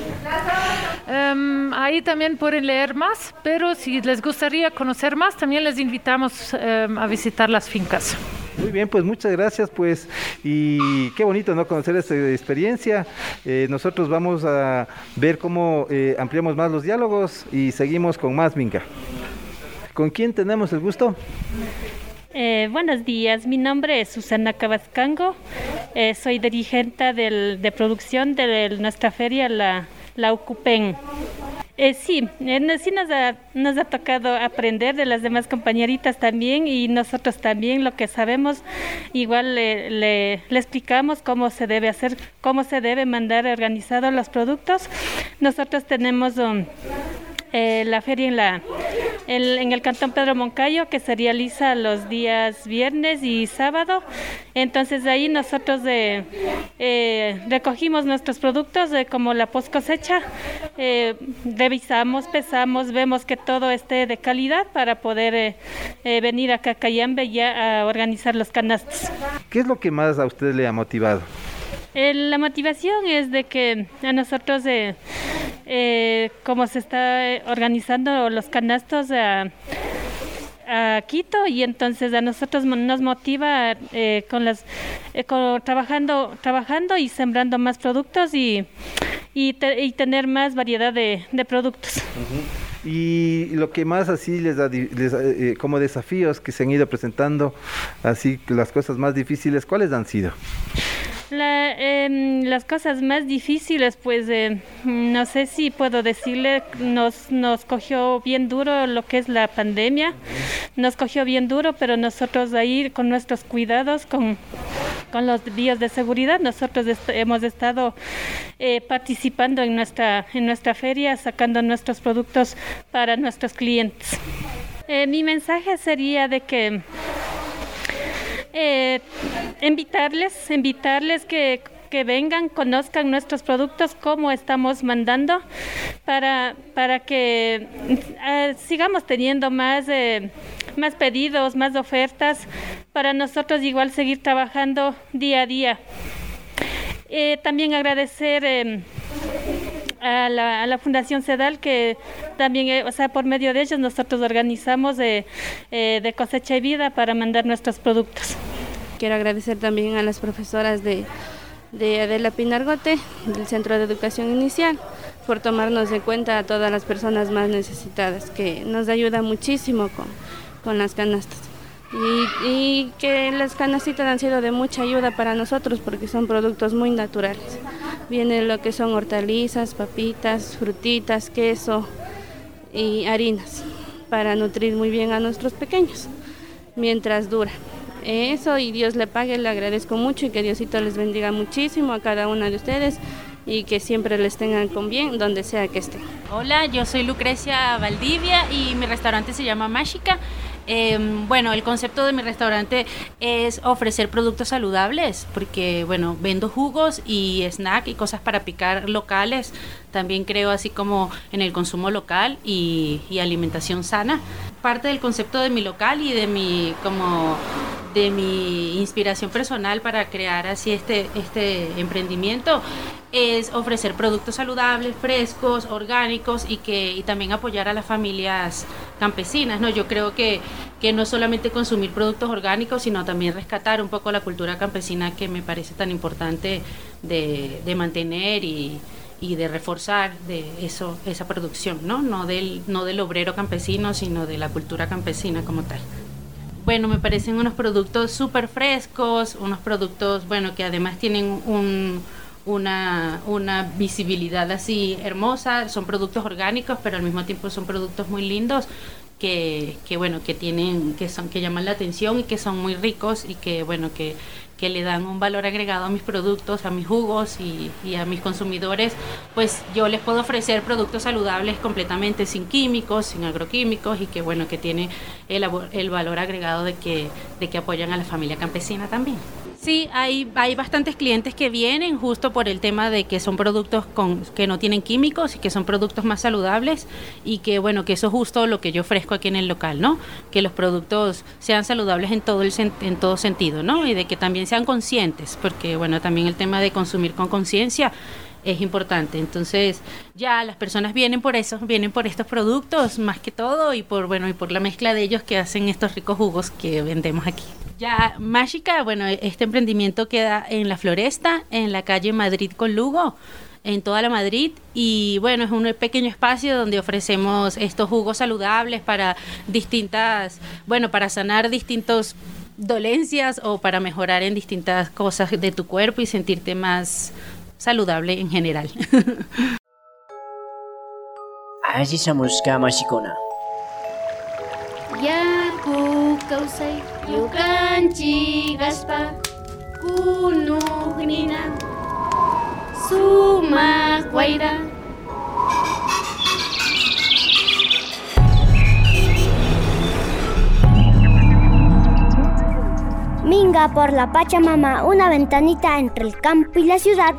Eh, ahí también pueden leer más, pero si les gustaría conocer más, también les invitamos eh, a visitar las fincas. Muy bien, pues muchas gracias, pues, y qué bonito, ¿no?, conocer esta experiencia. Eh, nosotros vamos a ver cómo eh, ampliamos más los diálogos y seguimos con más Minca. ¿Con quién tenemos el gusto? Eh, buenos días, mi nombre es Susana Cabascango, eh, soy dirigente del, de producción de nuestra feria, la, la Ucupen. Eh, sí, eh, sí nos ha, nos ha tocado aprender de las demás compañeritas también, y nosotros también lo que sabemos, igual le, le, le explicamos cómo se debe hacer, cómo se debe mandar organizados los productos. Nosotros tenemos um, eh, la feria en la el, en el Cantón Pedro Moncayo, que se realiza los días viernes y sábado. Entonces de ahí nosotros eh, eh, recogimos nuestros productos eh, como la post cosecha, eh, revisamos, pesamos, vemos que todo esté de calidad para poder eh, eh, venir acá a Cayambe ya a organizar los canastos. ¿Qué es lo que más a usted le ha motivado? Eh, la motivación es de que a nosotros, eh, eh, como se está organizando los canastos a, a Quito, y entonces a nosotros nos motiva eh, con las eh, con, trabajando trabajando y sembrando más productos y y, te, y tener más variedad de, de productos. Uh-huh. Y lo que más así les da les, eh, como desafíos que se han ido presentando, así que las cosas más difíciles, ¿cuáles han sido? La, eh, las cosas más difíciles, pues eh, no sé si puedo decirle, nos, nos cogió bien duro lo que es la pandemia, nos cogió bien duro, pero nosotros ahí con nuestros cuidados, con, con los vías de seguridad, nosotros est- hemos estado eh, participando en nuestra, en nuestra feria, sacando nuestros productos para nuestros clientes. Eh, mi mensaje sería de que Eh, invitarles, invitarles que, que vengan, conozcan nuestros productos, cómo estamos mandando, para, para que eh, sigamos teniendo más, eh, más pedidos, más ofertas, para nosotros igual seguir trabajando día a día. Eh, también agradecer eh, A la, a la Fundación CEDAL, que también, eh, o sea, por medio de ellos nosotros organizamos eh, eh, de Cosecha y Vida para mandar nuestros productos. Quiero agradecer también a las profesoras de, de Adela Pinargote, del Centro de Educación Inicial, por tomarnos en cuenta a todas las personas más necesitadas, que nos ayuda muchísimo con, con las canastas. Y, y que las canastitas han sido de mucha ayuda para nosotros porque son productos muy naturales. Viene lo que son hortalizas, papitas, frutitas, queso y harinas para nutrir muy bien a nuestros pequeños mientras dura. Eso, y Dios le pague, le agradezco mucho, y que Diosito les bendiga muchísimo a cada una de ustedes y que siempre les tengan con bien donde sea que estén. Hola, yo soy Lucrecia Valdivia y mi restaurante se llama Mágica. Eh, bueno, el concepto de mi restaurante es ofrecer productos saludables, porque bueno, vendo jugos y snack y cosas para picar locales. También creo así como en el consumo local y, y alimentación sana. Parte del concepto de mi local y de mi como de mi inspiración personal para crear así este este emprendimiento es ofrecer productos saludables, frescos, orgánicos, y que y también apoyar a las familias campesinas, ¿no? Yo creo que que no solamente consumir productos orgánicos, sino también rescatar un poco la cultura campesina, que me parece tan importante de, de mantener y y de reforzar de eso, esa producción, ¿no? No del, no del obrero campesino, sino de la cultura campesina como tal. Bueno, me parecen unos productos súper frescos, unos productos, bueno, que además tienen un, una, una visibilidad así hermosa, son productos orgánicos, pero al mismo tiempo son productos muy lindos, que, que bueno, que tienen, que son, que llaman la atención y que son muy ricos y que, bueno, que que le dan un valor agregado a mis productos, a mis jugos y, y a mis consumidores, pues yo les puedo ofrecer productos saludables completamente sin químicos, sin agroquímicos y que bueno, que tiene el, el valor agregado de que, de que apoyan a la familia campesina también. Sí, hay, hay bastantes clientes que vienen justo por el tema de que son productos con, que no tienen químicos y que son productos más saludables y que bueno, que eso es justo lo que yo ofrezco aquí en el local, ¿no? Que los productos sean saludables en todo, el, en todo sentido, ¿no? Y de que también sean conscientes, porque bueno, también el tema de consumir con conciencia es importante. Entonces ya las personas vienen por eso, vienen por estos productos más que todo y por bueno y por la mezcla de ellos que hacen estos ricos jugos que vendemos aquí. Ya Mágica, bueno, este emprendimiento queda en La Floresta, en la calle Madrid con Lugo, en toda la Madrid, y bueno, es un pequeño espacio donde ofrecemos estos jugos saludables para distintas, bueno, para sanar distintos dolencias o para mejorar en distintas cosas de tu cuerpo y sentirte más saludable en general. Ajisamushka Mashikuna. Yaku kausay yukanchi gaspa kunugnina sumak waira. Minga por la Pachamama, una ventanita entre el campo y la ciudad.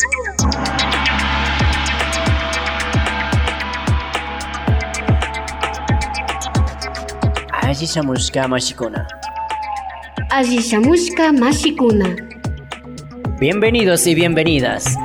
Ajisamushka Mashikuna. Ajisamushka Mashikuna. Bienvenidos y bienvenidas.